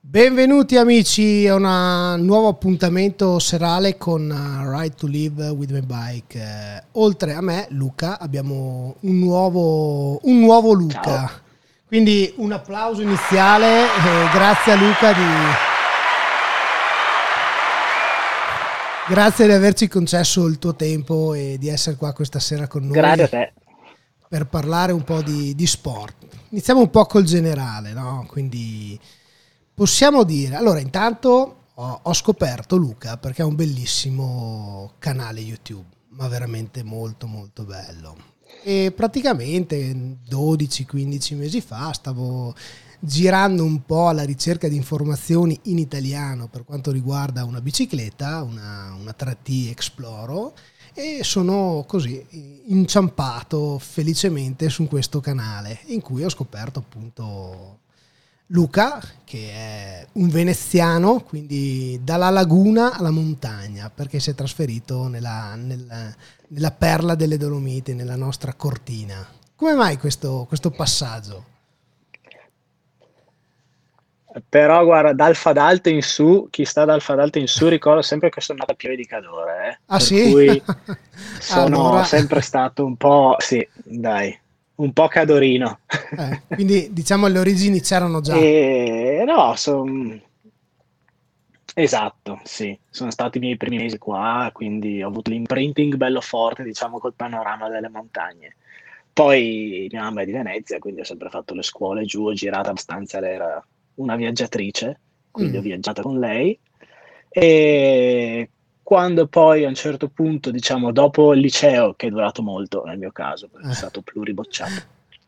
Benvenuti amici a un nuovo appuntamento serale con Ride to Live with my bike. Oltre a me, Luca, abbiamo un nuovo Luca. Ciao. Quindi un applauso iniziale, grazie a Luca grazie di averci concesso il tuo tempo e di essere qua questa sera con noi. Grazie a te. Per parlare un po' di sport. Iniziamo un po' col generale, no? Quindi possiamo dire, allora intanto ho scoperto Luca perché ha un bellissimo canale YouTube, ma veramente molto molto bello. E praticamente 12-15 mesi fa stavo girando un po' alla ricerca di informazioni in italiano per quanto riguarda una bicicletta, una 3T Exploro, e sono così inciampato felicemente su questo canale in cui ho scoperto appunto Luca, che è un veneziano, quindi dalla laguna alla montagna, perché si è trasferito nella perla delle Dolomiti, nella nostra Cortina. Come mai questo passaggio? Però guarda, dal Fadalto in su, chi sta dal Fadalto in su ricorda sempre che sono nato a Pieve di Cadore, Ah per sì? cui sono Allora, sempre stato un po', sì, dai, un po' cadorino. quindi diciamo le origini c'erano già. E no, esatto, sì, sono stati i miei primi mesi qua, quindi ho avuto l'imprinting bello forte, diciamo, col panorama delle montagne. Poi mia mamma è di Venezia, quindi ho sempre fatto le scuole giù, ho girato abbastanza, lei era una viaggiatrice, quindi ho Mm, viaggiato con lei. E quando poi a un certo punto, diciamo, dopo il liceo, che è durato molto nel mio caso, perché sono stato pluribocciato,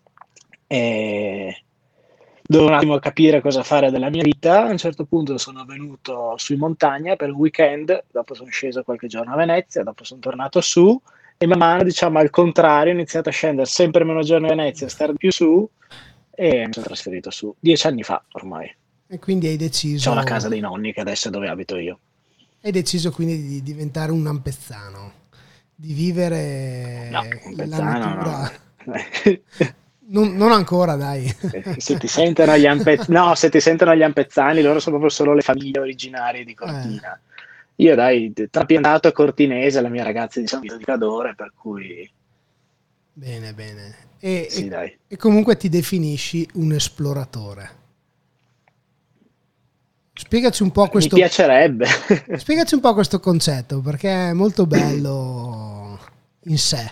e dovevo un attimo capire cosa fare della mia vita. A un certo punto sono venuto su in montagna per un weekend, dopo sono sceso qualche giorno a Venezia, dopo sono tornato su e man mano, diciamo, al contrario, ho iniziato a scendere sempre meno giorni a Venezia, a stare più su e mi sono trasferito su 10 anni fa ormai. e quindi C'ho la casa dei nonni che adesso è dove abito io. hai deciso quindi di diventare un ampezzano, di No, vivere un la pezzano natura. no. Non ancora, dai. Se ti sentono gli no, se ti sentono gli ampezzani, loro sono proprio solo le famiglie originarie di Eh, Cortina. Io, dai, trapiantato cortinese, la mia ragazza è di San Vito di Cadore, per cui bene, bene. E, sì, e- dai. e comunque ti definisci un esploratore. Spiegaci un po' Mi piacerebbe. spiegaci un po' questo concetto, perché è molto bello in sé.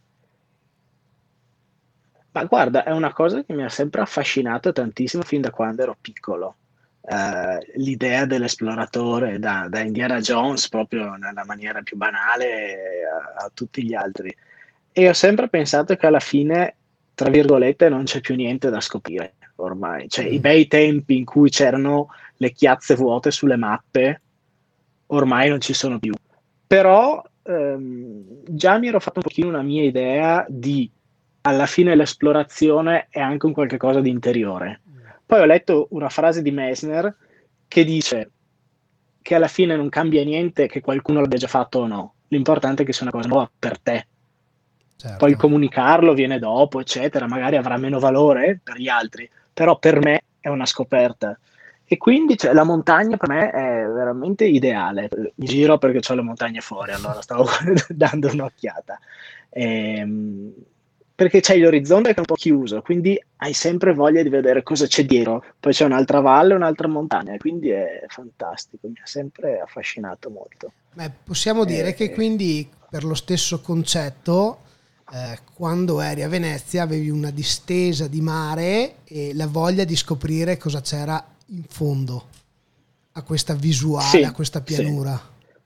Ma guarda, è una cosa che mi ha sempre affascinato tantissimo fin da quando ero piccolo. L'idea dell'esploratore da Indiana Jones, proprio nella maniera più banale a tutti gli altri. E ho sempre pensato che alla fine, tra virgolette, non c'è più niente da scoprire ormai. Cioè, i Mm. bei tempi in cui c'erano le chiazze vuote sulle mappe, ormai non ci sono più. Però già mi ero fatto un pochino una mia idea di alla fine l'esplorazione è anche un qualche cosa di interiore. Poi ho letto una frase di Messner che dice che alla fine non cambia niente che qualcuno l'abbia già fatto o no, l'importante è che sia una cosa nuova per te. Poi Certo. comunicarlo viene dopo, eccetera, magari avrà meno valore per gli altri, però per me è una scoperta. E quindi cioè, la montagna per me è veramente ideale. Mi giro perché ho le montagne fuori, allora stavo dando un'occhiata. Ehm, Perché c'è l'orizzonte che è un po' chiuso, quindi hai sempre voglia di vedere cosa c'è dietro. Poi c'è un'altra valle, un'altra montagna, quindi è fantastico, mi ha sempre affascinato molto. Beh, possiamo dire che Eh, quindi per lo stesso concetto, quando eri a Venezia avevi una distesa di mare e la voglia di scoprire cosa c'era in fondo a questa visuale, a sì, questa sì. pianura.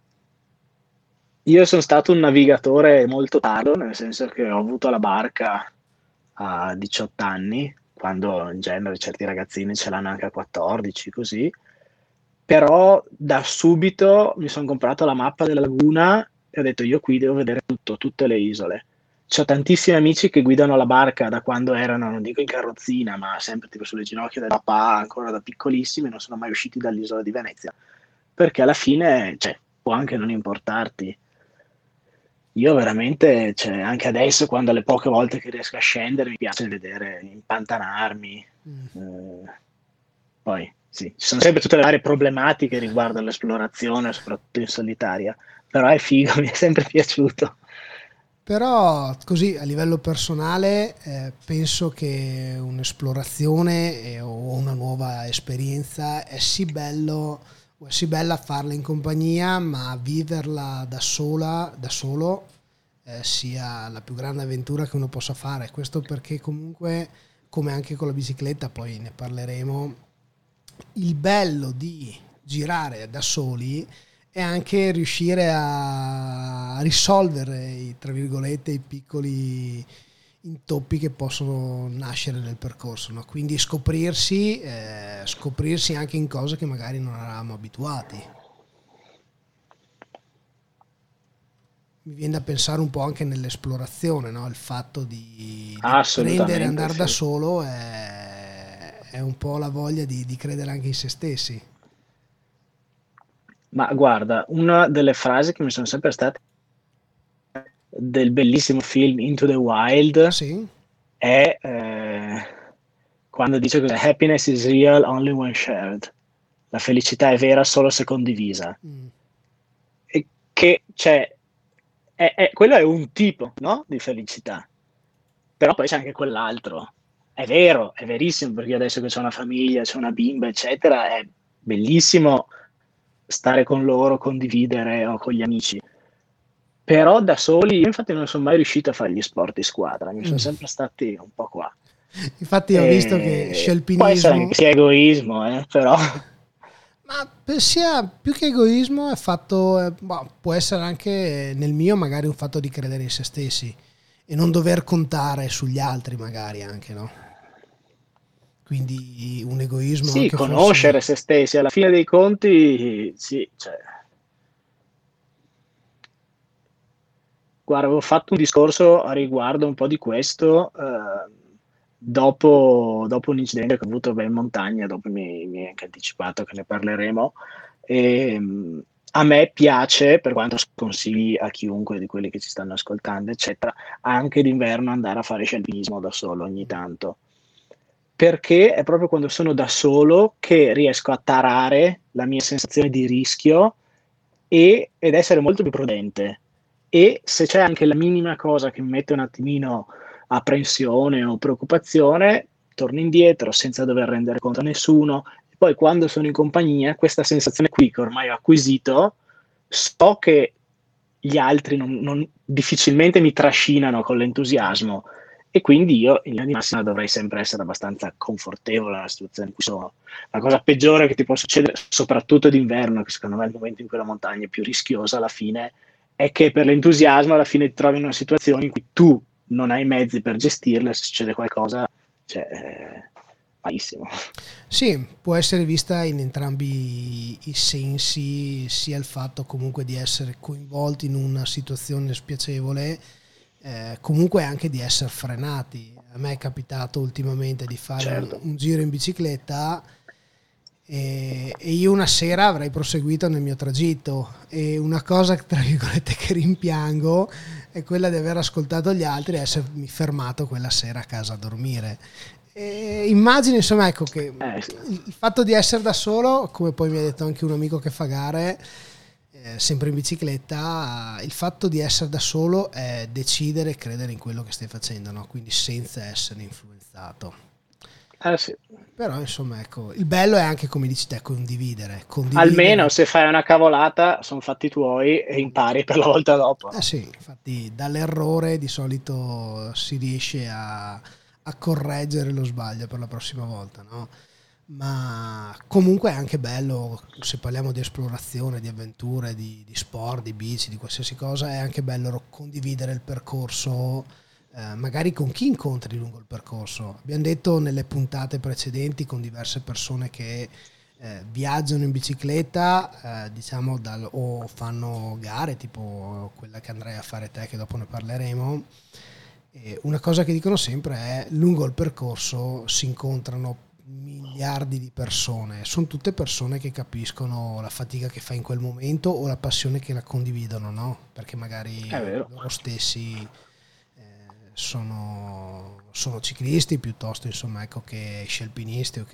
Io sono stato un navigatore molto tardo, nel senso che ho avuto la barca a 18 anni, quando in genere certi ragazzini ce l'hanno anche a 14, così. Però da subito mi sono comprato la mappa della laguna e ho detto io qui devo vedere tutto, tutte le isole. C'ho tantissimi amici che guidano la barca da quando erano, non dico in carrozzina, ma sempre tipo sulle ginocchia del papà, ancora da piccolissimi, non sono mai usciti dall'isola di Venezia. Perché alla fine, cioè, può anche non importarti. Io veramente, cioè, anche adesso, quando le poche volte che riesco a scendere, mi piace vedere, impantanarmi. Mm. Eh, Poi sì, ci sono sempre tutte le varie problematiche riguardo all'esplorazione, soprattutto in solitaria, però è figo, mi è sempre piaciuto. Però così a livello personale penso che un'esplorazione o una nuova esperienza è sì bello o è sì bella farla in compagnia, ma viverla da sola, da solo, sia la più grande avventura che uno possa fare. Questo perché comunque, come anche con la bicicletta, poi ne parleremo, il bello di girare da soli è anche riuscire a risolvere tra virgolette i piccoli intoppi che possono nascere nel percorso, no? Quindi scoprirsi anche in cose che magari non eravamo abituati. Mi viene da pensare un po' anche nell'esplorazione, no? Il fatto di prendere e Assolutamente andare da sì. solo è un po' la voglia di credere anche in se stessi. Ma guarda, una delle frasi che mi sono sempre state del bellissimo film Into the Wild Sì? è quando dice cos'è, happiness is real only when shared. La felicità è vera solo se condivisa. Mm. E che, cioè, quello è un tipo, no? Di felicità. Però poi c'è anche quell'altro. È vero, è verissimo, perché adesso che c'è una famiglia, c'è una bimba, eccetera, è bellissimo stare con loro, condividere o con gli amici. Però da soli, io infatti non sono mai riuscito a fare gli sport di squadra, mi sono Mm. sempre stati un po' qua. Infatti ho visto che Può essere anche che scialpinismo, sia egoismo, però ma sia più che egoismo è fatto, boh, può essere anche nel mio magari un fatto di credere in se stessi e non dover contare sugli altri magari anche, no? Quindi un egoismo sì, anche forse. conoscere se stessi, alla fine dei conti, sì, cioè, guarda, avevo fatto un discorso a riguardo un po' di questo dopo un incidente che ho avuto beh, in montagna, dopo mi hai anche anticipato che ne parleremo. E, a me piace, per quanto sconsigli a chiunque di quelli che ci stanno ascoltando, eccetera, anche d'inverno andare a fare scialpinismo da solo ogni tanto. Perché è proprio quando sono da solo che riesco a tarare la mia sensazione di rischio ed essere molto più prudente. E se c'è anche la minima cosa che mi mette un attimino apprensione o preoccupazione, torno indietro senza dover rendere conto a nessuno. E poi quando sono in compagnia, questa sensazione qui che ormai ho acquisito, so che gli altri difficilmente mi trascinano con l'entusiasmo e quindi io in linea di massima dovrei sempre essere abbastanza confortevole nella situazione in cui sono. La cosa peggiore che ti può succedere, soprattutto d'inverno, che secondo me è il momento in cui la montagna è più rischiosa alla fine, è che per l'entusiasmo alla fine ti trovi in una situazione in cui tu non hai i mezzi per gestirla, se succede qualcosa, cioè, malissimo. Sì, può essere vista in entrambi i sensi, sia il fatto comunque di essere coinvolti in una situazione spiacevole, comunque anche di essere frenati. A me è capitato ultimamente di fare Certo. un giro in bicicletta e io una sera avrei proseguito nel mio tragitto e una cosa tra virgolette che rimpiango è quella di aver ascoltato gli altri e essermi fermato quella sera a casa a dormire. E immagino insomma ecco che Sì. il fatto di essere da solo, come poi mi ha detto anche un amico che fa gare sempre in bicicletta, il fatto di essere da solo è decidere e credere in quello che stai facendo, no? Quindi senza essere influenzato. Sì. Però insomma ecco, il bello è anche come dici te, Almeno condividere. se fai una cavolata sono fatti tuoi e impari per la volta dopo, Eh no? sì, infatti dall'errore di solito si riesce a correggere lo sbaglio per la prossima volta, no? Ma comunque è anche bello, se parliamo di esplorazione, di avventure, di sport, di bici, di qualsiasi cosa, è anche bello condividere il percorso, magari con chi incontri lungo il percorso. Abbiamo detto nelle puntate precedenti con diverse persone che viaggiano in bicicletta, diciamo, o fanno gare tipo quella che andrei a fare te, che dopo ne parleremo. E una cosa che dicono sempre è lungo il percorso si incontrano miliardi di persone, sono tutte persone che capiscono la fatica che fai in quel momento o la passione che la condividono, no? Perché È magari vero. loro stessi sono ciclisti piuttosto insomma ecco che sci alpinisti o che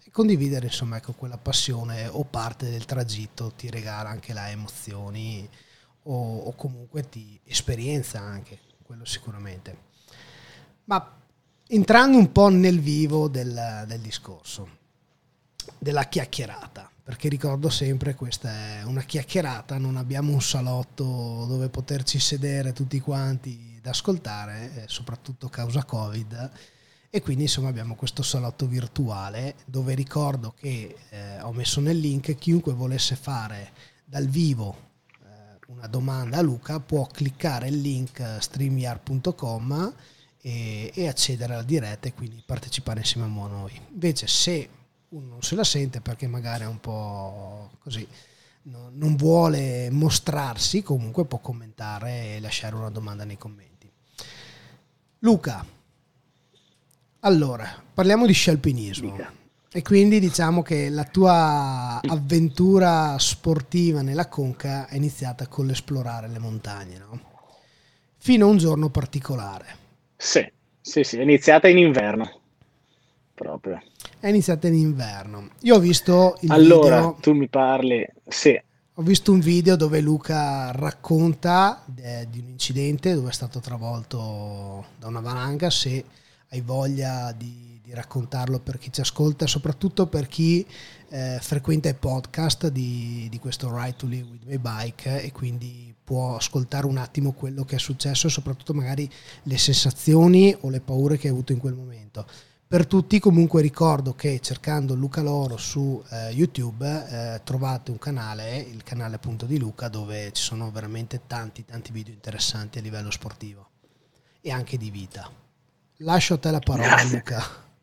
condividere, insomma, ecco, quella passione o parte del tragitto ti regala anche là emozioni o comunque ti esperienza anche, quello sicuramente. Ma entrando un po' nel vivo del discorso, della chiacchierata, perché ricordo sempre questa è una chiacchierata, non abbiamo un salotto dove poterci sedere tutti quanti ad ascoltare, soprattutto causa Covid, e quindi insomma abbiamo questo salotto virtuale dove ricordo che ho messo nel link chiunque volesse fare dal vivo una domanda a Luca può cliccare il link streamyard.com e accedere alla diretta e quindi partecipare insieme a noi. Invece se uno non se la sente perché magari è un po' così, non vuole mostrarsi, comunque può commentare e lasciare una domanda nei commenti. Luca, allora parliamo di sci alpinismo e quindi diciamo che la tua avventura sportiva nella Conca è iniziata con l'esplorare le montagne, no? Fino a un giorno particolare. Sì, è iniziata in inverno proprio. È iniziata in inverno. Io ho visto il Allora, video. tu mi parli, sì. Ho visto un video dove Luca racconta di un incidente dove è stato travolto da una valanga. Se hai voglia di raccontarlo per chi ci ascolta, soprattutto per chi frequenta i podcast di questo Ride to Live with My Bike e quindi può ascoltare un attimo quello che è successo e soprattutto magari le sensazioni o le paure che hai avuto in quel momento. Per tutti comunque ricordo che cercando Luca Loro su YouTube trovate un canale, il canale appunto di Luca, dove ci sono veramente tanti video interessanti a livello sportivo e anche di vita. Lascio a te la parola. Grazie. Luca.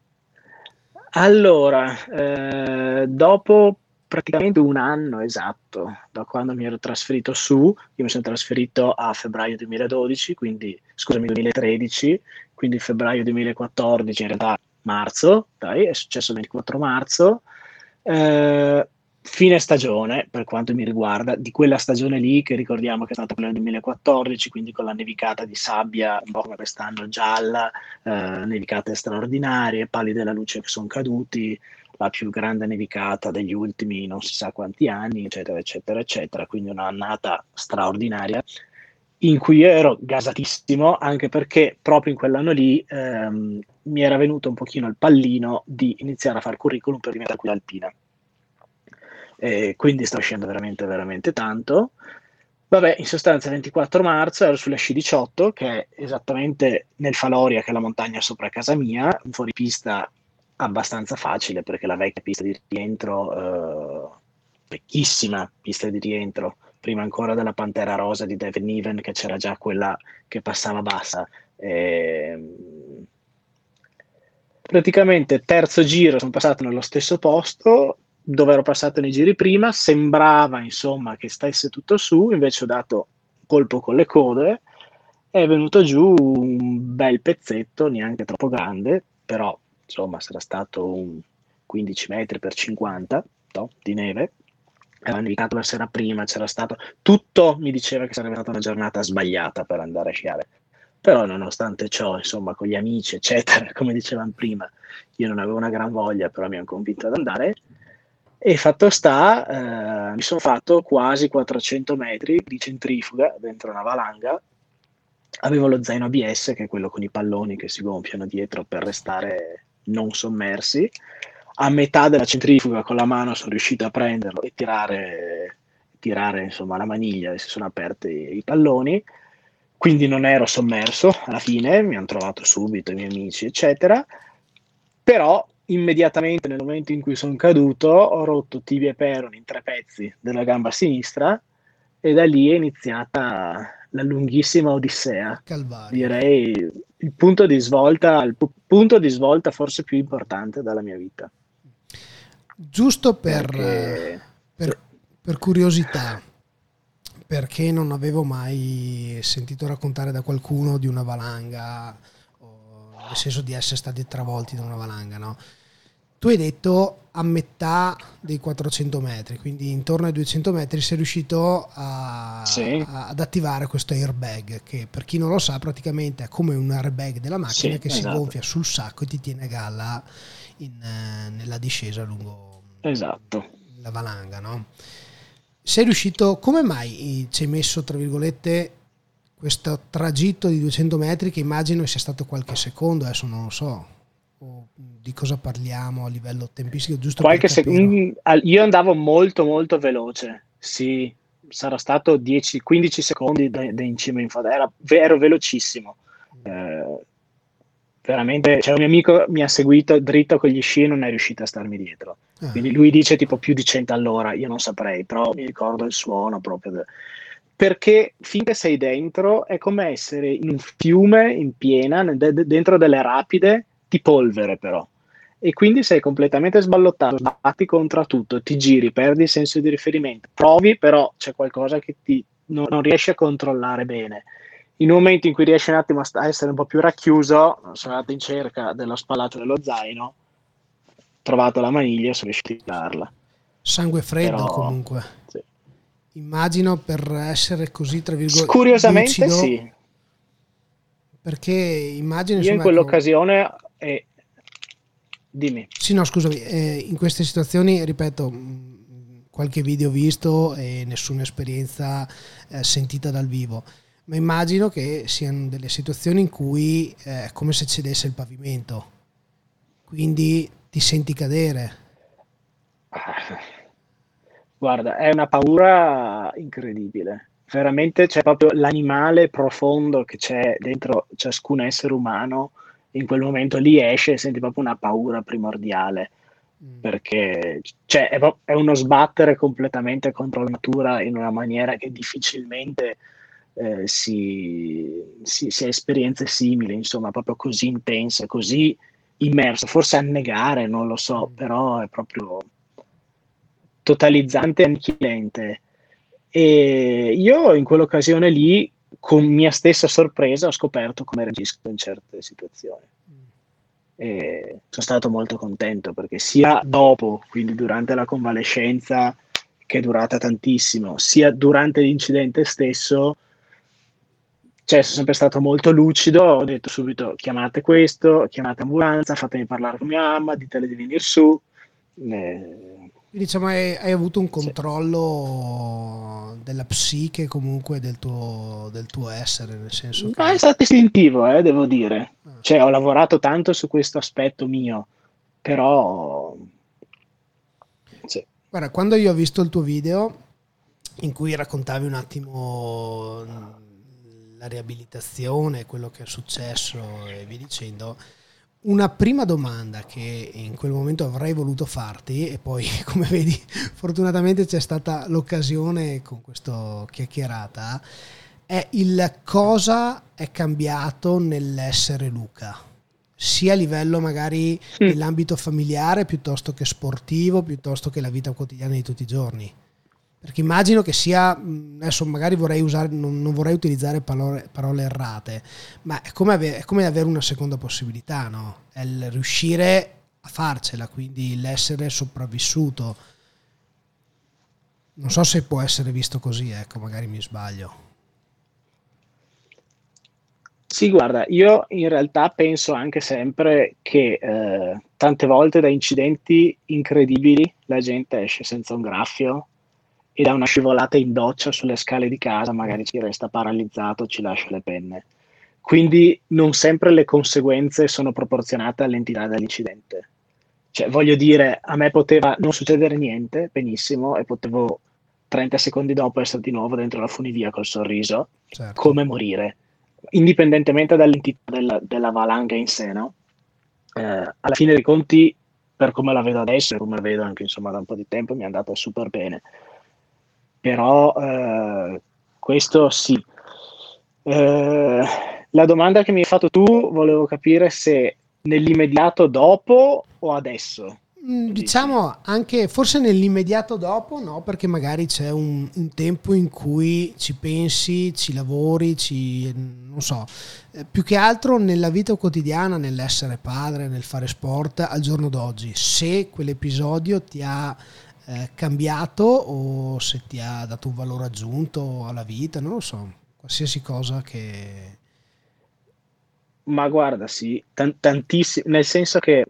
Allora, dopo praticamente un anno esatto da quando mi ero trasferito su, io mi sono trasferito a febbraio 2012, quindi scusami 2013, quindi febbraio 2014 in realtà marzo, dai, è successo il 24 marzo, fine stagione per quanto mi riguarda, di quella stagione lì che ricordiamo che è stata quella del 2014, quindi con la nevicata di sabbia, un po' come quest'anno gialla, nevicate straordinarie, pali della luce che sono caduti, la più grande nevicata degli ultimi non si sa quanti anni, eccetera, eccetera, eccetera, quindi un'annata straordinaria in cui io ero gasatissimo, anche perché proprio in quell'anno lì mi era venuto un pochino il pallino di iniziare a fare curriculum per diventare guida alpina. Quindi sto scendendo veramente, veramente tanto. Vabbè, in sostanza il 24 marzo ero sulla sci 18, che è esattamente nel Faloria, che è la montagna sopra casa mia, un fuoripista abbastanza facile, perché la vecchia pista di rientro, vecchissima pista di rientro, prima ancora della Pantera Rosa di Devin Niven, che c'era già quella che passava bassa. Praticamente terzo giro sono passato nello stesso posto dove ero passato nei giri prima, sembrava insomma che stesse tutto su, invece ho dato colpo con le code, è venuto giù un bel pezzetto, neanche troppo grande, però insomma sarà stato un 15 metri per 50 di neve. Era nevicato la sera prima, c'era stato tutto, mi diceva che sarebbe stata una giornata sbagliata per andare a sciare, però nonostante ciò, insomma, con gli amici eccetera, come dicevamo prima, io non avevo una gran voglia, però mi hanno convinto ad andare, e fatto sta, mi sono fatto quasi 400 metri di centrifuga dentro una valanga. Avevo lo zaino ABS, che è quello con i palloni che si gonfiano dietro per restare non sommersi. A metà della centrifuga con la mano sono riuscito a prenderlo e tirare insomma la maniglia e si sono aperti i palloni, quindi non ero sommerso alla fine, mi hanno trovato subito i miei amici eccetera, però immediatamente nel momento in cui sono caduto ho rotto tibia e perone in 3 pezzi della gamba sinistra e da lì è iniziata la lunghissima odissea. Calvario. Direi il punto di svolta forse più importante della mia vita. Giusto per curiosità, perché non avevo mai sentito raccontare da qualcuno di una valanga, nel senso di essere stati travolti da una valanga, no? Tu hai detto a metà dei 400 metri, quindi intorno ai 200 metri sei riuscito ad attivare questo airbag, che per chi non lo sa praticamente è come un airbag della macchina che si gonfia sul sacco e ti tiene a galla nella discesa lungo Esatto. la valanga, no? Sei riuscito, come mai ci hai messo, tra virgolette, questo tragitto di 200 metri che immagino sia stato qualche secondo, adesso non lo so, o di cosa parliamo a livello tempistico, giusto per capire. Io andavo molto molto veloce, sì, sarà stato 10-15 secondi da in cima in fondo, ero velocissimo. Veramente, cioè un mio amico mi ha seguito dritto con gli sci e non è riuscito a starmi dietro. Ah, Quindi lui dice tipo più di 100 all'ora, io non saprei, però mi ricordo il suono proprio. Perché finché sei dentro è come essere in un fiume in piena, dentro delle rapide di polvere però. E quindi sei completamente sballottato, sbatti contro tutto, ti giri, perdi il senso di riferimento, provi, però c'è qualcosa che non riesci a controllare bene. In un momento in cui riesci un attimo a essere un po' più racchiuso, sono andato in cerca dello spallato dello zaino, ho trovato la maniglia e sono riuscito a tirarla. sangue freddo Però, comunque. sì. Immagino per essere così, tra virgolette, Curiosamente lucido, sì. perché immagino, Io in insomma, ecco, quell'occasione, dimmi. sì, no, scusami, in queste situazioni, ripeto, qualche video visto e nessuna esperienza sentita dal vivo, ma immagino che siano delle situazioni in cui è come se cedesse il pavimento, quindi ti senti cadere. Guarda, è una paura incredibile. Veramente c'è proprio l'animale profondo che c'è dentro ciascun essere umano, in quel momento lì esce e senti proprio una paura primordiale, perché cioè, è uno sbattere completamente contro la natura in una maniera che difficilmente si ha esperienze simili, insomma, proprio così intense, così immerso, forse annegare, non lo so, però è proprio totalizzante e annichilente. E io in quell'occasione lì, con mia stessa sorpresa, ho scoperto come reagisco in certe situazioni. E sono stato molto contento perché sia dopo, quindi durante la convalescenza, che è durata tantissimo, sia durante l'incidente stesso, cioè sono sempre stato molto lucido, ho detto subito chiamate questo, chiamate ambulanza, fatemi parlare con mia mamma, ditele di venire su. Quindi diciamo hai avuto un Sì. controllo della psiche comunque del tuo essere, nel senso Ma è che... stato istintivo, devo dire. Ah. Cioè, ho lavorato tanto su questo aspetto mio, però sì. Guarda, quando io ho visto il tuo video in cui raccontavi un attimo la riabilitazione, quello che è successo e via dicendo, una prima domanda che in quel momento avrei voluto farti, e poi come vedi fortunatamente c'è stata l'occasione con questa chiacchierata, è il cosa è cambiato nell'essere Luca, sia a livello magari Mm. nell'ambito familiare piuttosto che sportivo, piuttosto che la vita quotidiana di tutti i giorni. Perché immagino che sia, adesso magari vorrei usare, non vorrei utilizzare parole errate, ma è come avere una seconda possibilità, no? È il riuscire a farcela, quindi l'essere sopravvissuto. Non so se può essere visto così, ecco, magari mi sbaglio. Sì, guarda, io in realtà penso anche sempre che tante volte da incidenti incredibili la gente esce senza un graffio e da una scivolata in doccia sulle scale di casa magari ci resta paralizzato, ci lascia le penne. Quindi non sempre le conseguenze sono proporzionate all'entità dell'incidente. Cioè, voglio dire, a me poteva non succedere niente, benissimo, e potevo 30 secondi dopo essere di nuovo dentro la funivia col sorriso, Certo. come morire, indipendentemente dall'entità della valanga in sé, no? Alla fine dei conti, per come la vedo adesso e come la vedo anche insomma da un po' di tempo, mi è andata super bene. Però questo sì. Eh, la domanda che mi hai fatto tu, volevo capire se nell'immediato dopo o adesso, dici? Diciamo anche forse nell'immediato dopo, no? Perché magari c'è un tempo in cui ci pensi, ci lavori, non so, più che altro nella vita quotidiana, nell'essere padre, nel fare sport al giorno d'oggi, se quell'episodio ti ha cambiato o se ti ha dato un valore aggiunto alla vita, non lo so, qualsiasi cosa che... Ma guarda, sì, tantissimo, nel senso che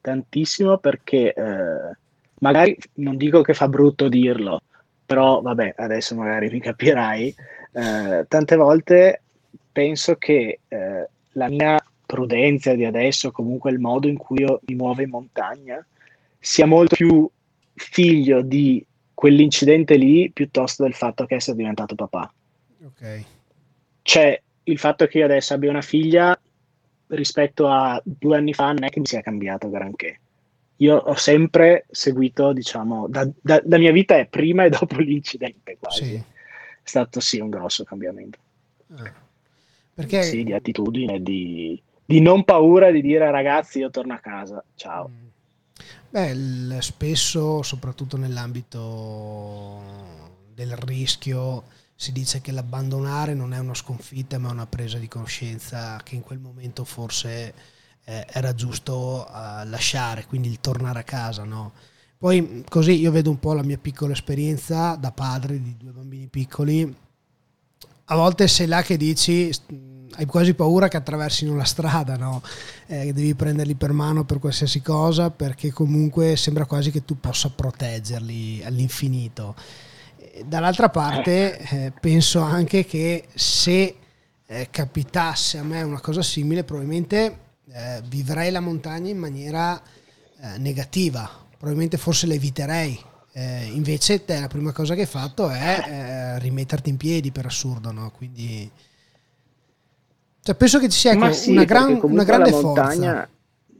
tantissimo perché magari non dico che fa brutto dirlo, però vabbè, adesso magari mi capirai. Tante volte penso che la mia prudenza di adesso, comunque il modo in cui io mi muovo in montagna, sia molto più figlio di quell'incidente lì piuttosto del fatto che essere diventato papà. Ok. Cioè, il fatto che io adesso abbia una figlia rispetto a 2 anni fa non è che mi sia cambiato granché. Io ho sempre seguito, diciamo, la mia vita è prima e dopo l'incidente quasi. Sì. È stato sì un grosso cambiamento. Ah. Perché Sì, di attitudine, di non paura di dire ragazzi io torno a casa, ciao. beh, spesso, soprattutto nell'ambito del rischio, si dice che l'abbandonare non è una sconfitta, ma una presa di coscienza che in quel momento forse era giusto lasciare, quindi il tornare a casa, no? Poi così io vedo un po' la mia piccola esperienza da padre di 2 bambini piccoli. A volte sei là che dici, hai quasi paura che attraversino la strada, no? Che devi prenderli per mano per qualsiasi cosa, perché comunque sembra quasi che tu possa proteggerli all'infinito. Dall'altra parte penso anche che se capitasse a me una cosa simile, probabilmente vivrei la montagna in maniera negativa, probabilmente forse la eviterei. Invece te la prima cosa che hai fatto è rimetterti in piedi, per assurdo, no? Quindi cioè, penso che ci sia, Ma ecco, sì, perché una comunque la grande forza. montagna,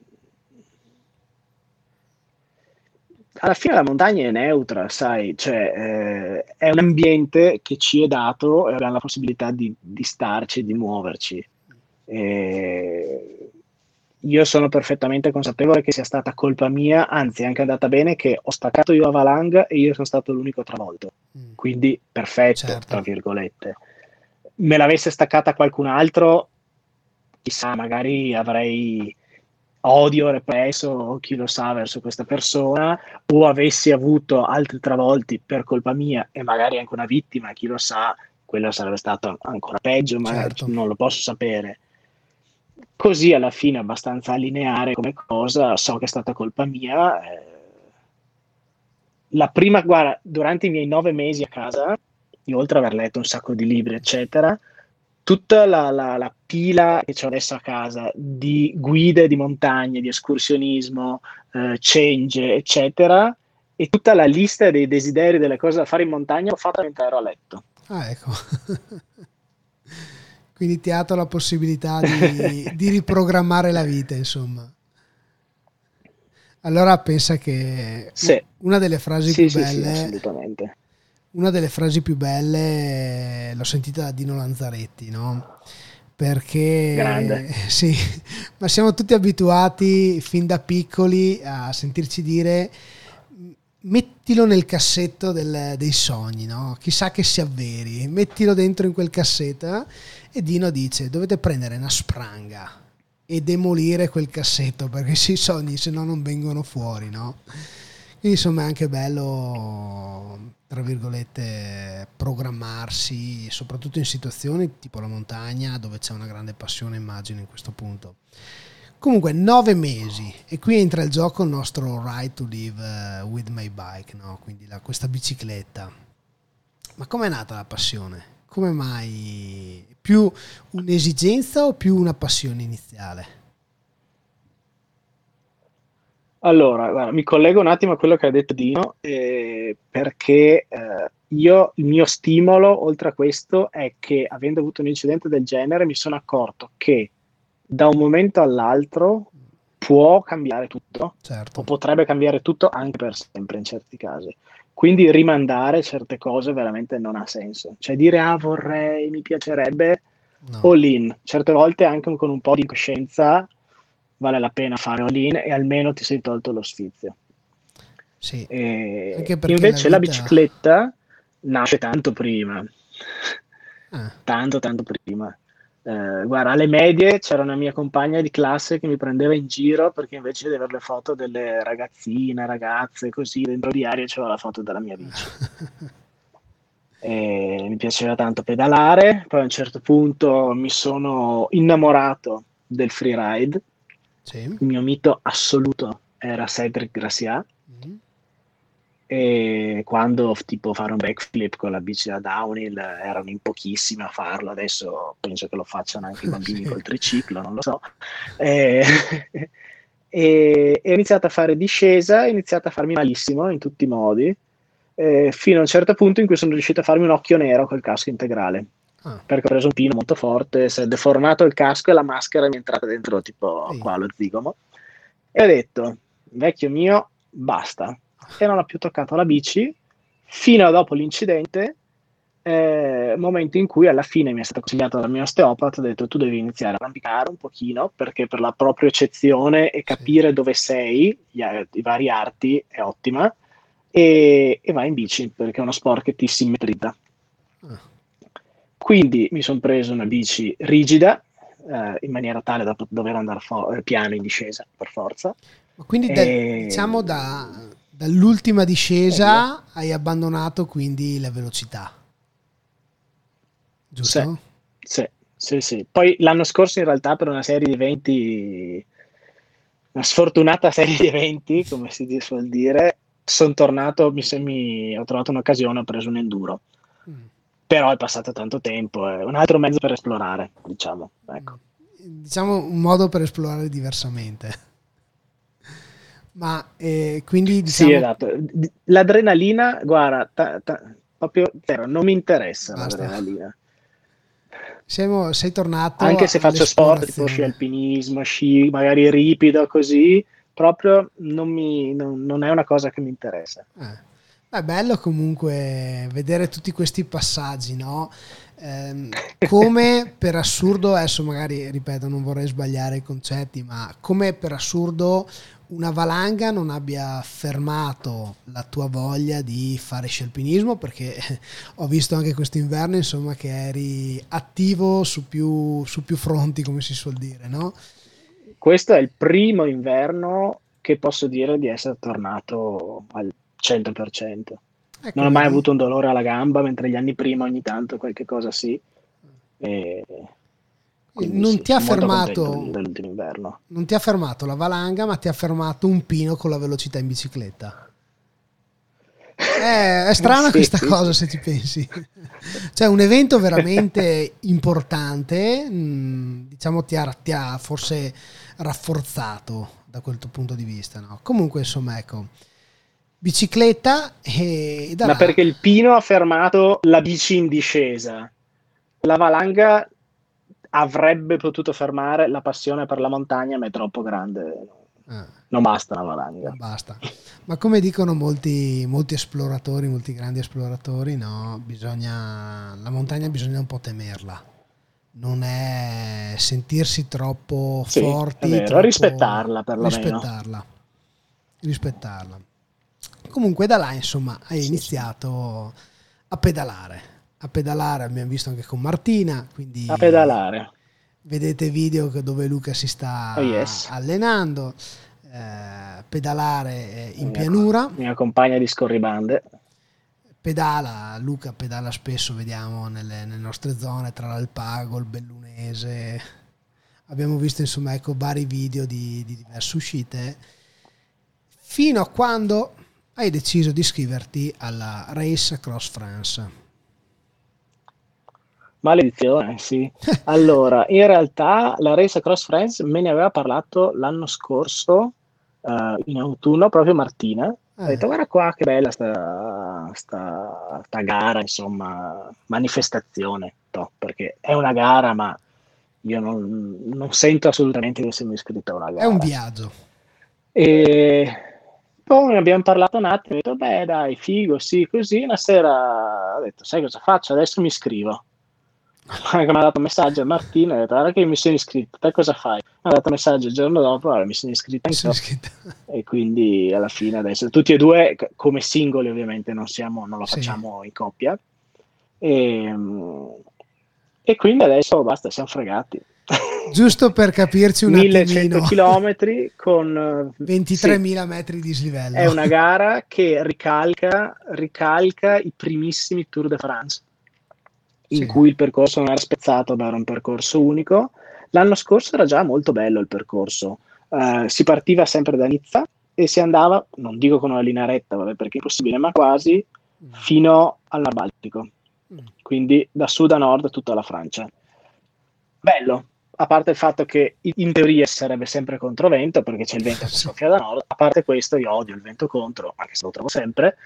alla fine la montagna è neutra, sai, cioè è un ambiente che ci è dato e abbiamo la possibilità di starci, di muoverci. E io sono perfettamente consapevole che sia stata colpa mia, anzi è anche andata bene che ho staccato io a valanga e io sono stato l'unico travolto, Mm, quindi perfetto, certo, tra virgolette. Me l'avesse staccata qualcun altro, chissà, magari avrei odio represso, chi lo sa, verso questa persona, o avessi avuto altri travolti per colpa mia e magari anche una vittima, chi lo sa, quello sarebbe stato ancora peggio, ma certo. non lo posso sapere. Così alla fine abbastanza lineare come cosa, so che è stata colpa mia. La prima, guarda, durante i miei 9 mesi a casa, io oltre ad aver letto un sacco di libri, eccetera, tutta la pila che ho adesso a casa di guide di montagna, di escursionismo, change, eccetera, e tutta la lista dei desideri delle cose da fare in montagna l'ho fatta mentre ero a letto. Ah, ecco. Quindi ti ha dato la possibilità di riprogrammare la vita, insomma. Allora pensa che Sì, una delle frasi più sì, sì, sì, belle, assolutamente. una delle frasi più belle l'ho sentita da Dino Lanzaretti, no? Grande. Perché sì, ma siamo tutti abituati fin da piccoli a sentirci dire mettilo nel cassetto dei sogni, no? Chissà che si avveri, mettilo dentro in quel cassetto. E Dino dice dovete prendere una spranga e demolire quel cassetto perché se i sogni se no non vengono fuori, no? Quindi insomma è anche bello, tra virgolette, programmarsi, soprattutto in situazioni tipo la montagna dove c'è una grande passione, immagino, in questo punto. Comunque 9 mesi e qui entra il gioco il nostro Ride to Live with My Bike, no? Quindi questa bicicletta. Ma com'è nata la passione? Come mai? Più un'esigenza o più una passione iniziale? Allora, guarda, mi collego un attimo a quello che ha detto Dino, perché io, il mio stimolo, oltre a questo, è che avendo avuto un incidente del genere, mi sono accorto che da un momento all'altro può cambiare tutto, o Certo, potrebbe cambiare tutto anche per sempre in certi casi. Quindi rimandare certe cose veramente non ha senso. Cioè dire, ah, vorrei, mi piacerebbe, no, all in. Certe volte anche con un po' di coscienza vale la pena fare all-in e almeno ti sei tolto lo sfizio. sì, E anche perché la invece la vita... bicicletta nasce tanto prima, Ah, tanto tanto prima. Guarda, alle medie c'era una mia compagna di classe che mi prendeva in giro perché invece di avere le foto delle ragazzine, ragazze, così dentro il diario c'era la foto della mia bici. E mi piaceva tanto pedalare, poi a un certo punto mi sono innamorato del freeride. sì, Il mio mito assoluto era Cedric Gracia, Mhm. e quando tipo fare un backflip con la bici da downhill erano in pochissimi a farlo, adesso penso che lo facciano anche i bambini Sì. col triciclo, non lo so. E, e ho iniziato a fare discesa, ho iniziato a farmi malissimo in tutti i modi, fino a un certo punto in cui sono riuscito a farmi un occhio nero col casco integrale, Ah, perché ho preso un pino molto forte, si è deformato il casco e la maschera mi è entrata dentro tipo ehi. qua lo zigomo, e ho detto, vecchio mio, basta. E non ho più toccato la bici fino a dopo l'incidente, momento in cui alla fine mi è stato consigliato dal mio osteopata, ha detto tu devi iniziare a arrampicare un pochino perché per la propria eccezione e Sì. capire dove sei, i vari arti, è ottima, e vai in bici perché è uno sport che ti simmetrizza. Ah. Quindi mi sono preso una bici rigida, in maniera tale da dover andare piano in discesa per forza. Ma quindi E... diciamo dall'ultima Meglio. discesa hai abbandonato quindi la velocità, Sì, giusto? sì, sì, sì. Poi l'anno scorso in realtà per una serie di eventi, una sfortunata serie di eventi, come suol dire, sono tornato, ho trovato un'occasione, ho preso un enduro. Mm. Però è passato tanto tempo, è un altro mezzo per esplorare, diciamo. Mm. Ecco. Diciamo un modo per esplorare diversamente. Ma quindi Sì, diciamo esatto. L'adrenalina, guarda, proprio zero, non mi interessa basta. l'adrenalina. Sei tornato Anche se faccio sport tipo sci all'esplorazione. alpinismo, sci magari ripido, così, proprio non è una cosa che mi interessa. È bello comunque vedere tutti questi passaggi, no? Come per assurdo, adesso magari ripeto, non vorrei sbagliare i concetti, ma come per assurdo una valanga non abbia fermato la tua voglia di fare sci alpinismo, perché ho visto anche quest'inverno, insomma, che eri attivo su più fronti, come si suol dire, no? Questo è il primo inverno che posso dire di essere tornato al 100%. Non Ecco, ho mai vedi? avuto un dolore alla gamba, mentre gli anni prima ogni tanto qualche cosa sì. E quindi Non sì, ti ha sono molto contento fermato, dell'ultimo inverno. non ti ha fermato la valanga, ma ti ha fermato un pino con la velocità in bicicletta. È strana Sì, questa sì, cosa sì. se ci pensi. Cioè un evento veramente importante, diciamo ti ha forse rafforzato da quel tuo punto di vista, no? Comunque insomma ecco, bicicletta e da Ma là. perché il Pino ha fermato la bici in discesa. La valanga avrebbe potuto fermare la passione per la montagna, ma è troppo grande. Ah. Non basta la valanga. Non basta. Ma come dicono molti esploratori, molti grandi esploratori, no, la montagna bisogna un po' temerla. Non è sentirsi troppo Sì, è forti, vero, troppo rispettarla perlomeno. rispettarla, rispettarla. Comunque da là, insomma, hai Sì, sì. iniziato a pedalare. A pedalare abbiamo visto anche con Martina, A quindi pedalare. vedete video dove Luca si Oh sta yes. allenando, pedalare in Mia, pianura, mia compagna di scorribande. Luca pedala spesso, vediamo, nelle nostre zone tra l'Alpago, il Bellunese, abbiamo visto insomma ecco vari video di diverse uscite, fino a quando hai deciso di iscriverti alla Race Across France. Maledizione, sì. Allora, in realtà la Race Across France me ne aveva parlato l'anno scorso, in autunno, proprio Martina. Ha Eh, detto, guarda qua che bella sta gara, insomma, manifestazione, toh, perché è una gara, ma io non sento assolutamente di essermi iscritto a una è un gara. viaggio. E poi ne abbiamo parlato un attimo, ho detto, beh dai, figo, sì, così. Una sera ho detto, sai cosa faccio? Adesso mi iscrivo. Mi ha dato un messaggio a Martina, ha detto, guarda che mi sono iscritto, te cosa fai? Mi ha dato un messaggio il giorno dopo, allora mi sono iscritto Mi sono anch'io. iscritto. E quindi alla fine adesso tutti e due come singoli ovviamente non lo Sì. facciamo in coppia. E, e quindi adesso basta, siamo fregati. Giusto per capirci un 1100 attimino, chilometri con... sì, 23.000 metri di è slivello. una gara che ricalca i primissimi Tour de France, in Sì. cui il percorso non era spezzato, ma era un percorso unico. L'anno scorso era già molto bello il percorso. Si partiva sempre da Nizza, e si andava, non dico con una linea retta, vabbè, perché è impossibile, ma quasi, fino al Mar Baltico. Quindi da sud a nord tutta la Francia. Bello, a parte il fatto che in teoria sarebbe sempre controvento, perché c'è il vento che soffia da nord, a parte questo io odio il vento contro, anche se lo trovo sempre.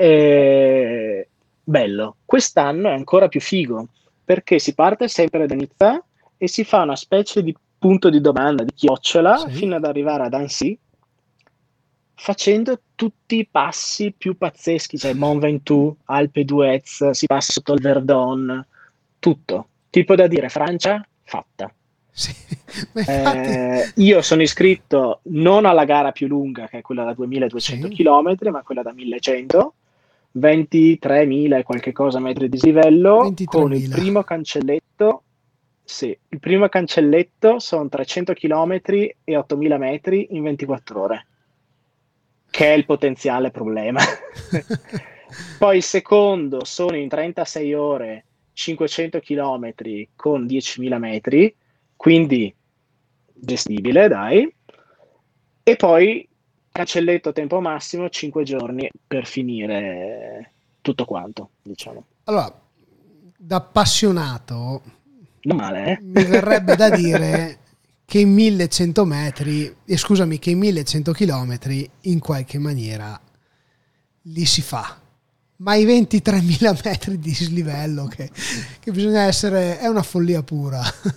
Bello. Quest'anno è ancora più figo, perché si parte sempre da Nizza e si fa una specie di punto di domanda, di chiocciola, fino ad arrivare ad Annecy, facendo tutti i passi più pazzeschi, cioè Mont Ventoux, Alpe d'Huez, si passa sotto il Verdon, tutto. Tipo da dire, Francia, fatta. Sì, ma infatti... Io sono iscritto non alla gara più lunga, che è quella da 2200 km, ma quella da 1100, 23.000 e qualche cosa metri di dislivello, con il 23.000. primo cancelletto. Sì, il primo cancelletto sono 300 km e 8.000 metri in 24 ore, che è il potenziale problema. Poi il secondo sono in 36 ore 500 km con 10.000 metri, quindi gestibile, dai. E poi cancelletto tempo massimo 5 giorni per finire tutto quanto, diciamo. Allora, da appassionato, Non male, mi verrebbe da dire che in 1100 metri, scusami, che in 1100 chilometri in qualche maniera li si fa. Ma i 23.000 metri di dislivello che bisogna essere, è una follia pura.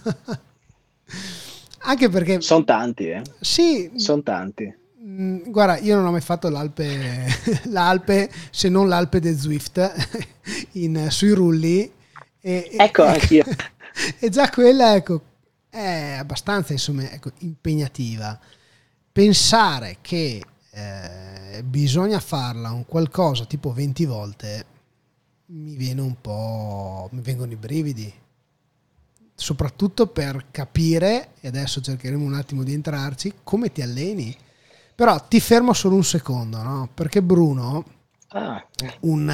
Anche perché... Sono tanti, Sì. Sono tanti. Guarda, io non ho mai fatto l'Alpe se non l'Alpe del Zwift sui rulli. Ecco, anch'io. E già quella, ecco, è abbastanza, insomma, ecco, impegnativa. Pensare che bisogna farla un qualcosa tipo 20 volte mi vengono i brividi, soprattutto per capire, e adesso cercheremo un attimo di entrarci, come ti alleni. Però ti fermo solo un secondo, no? Perché Bruno un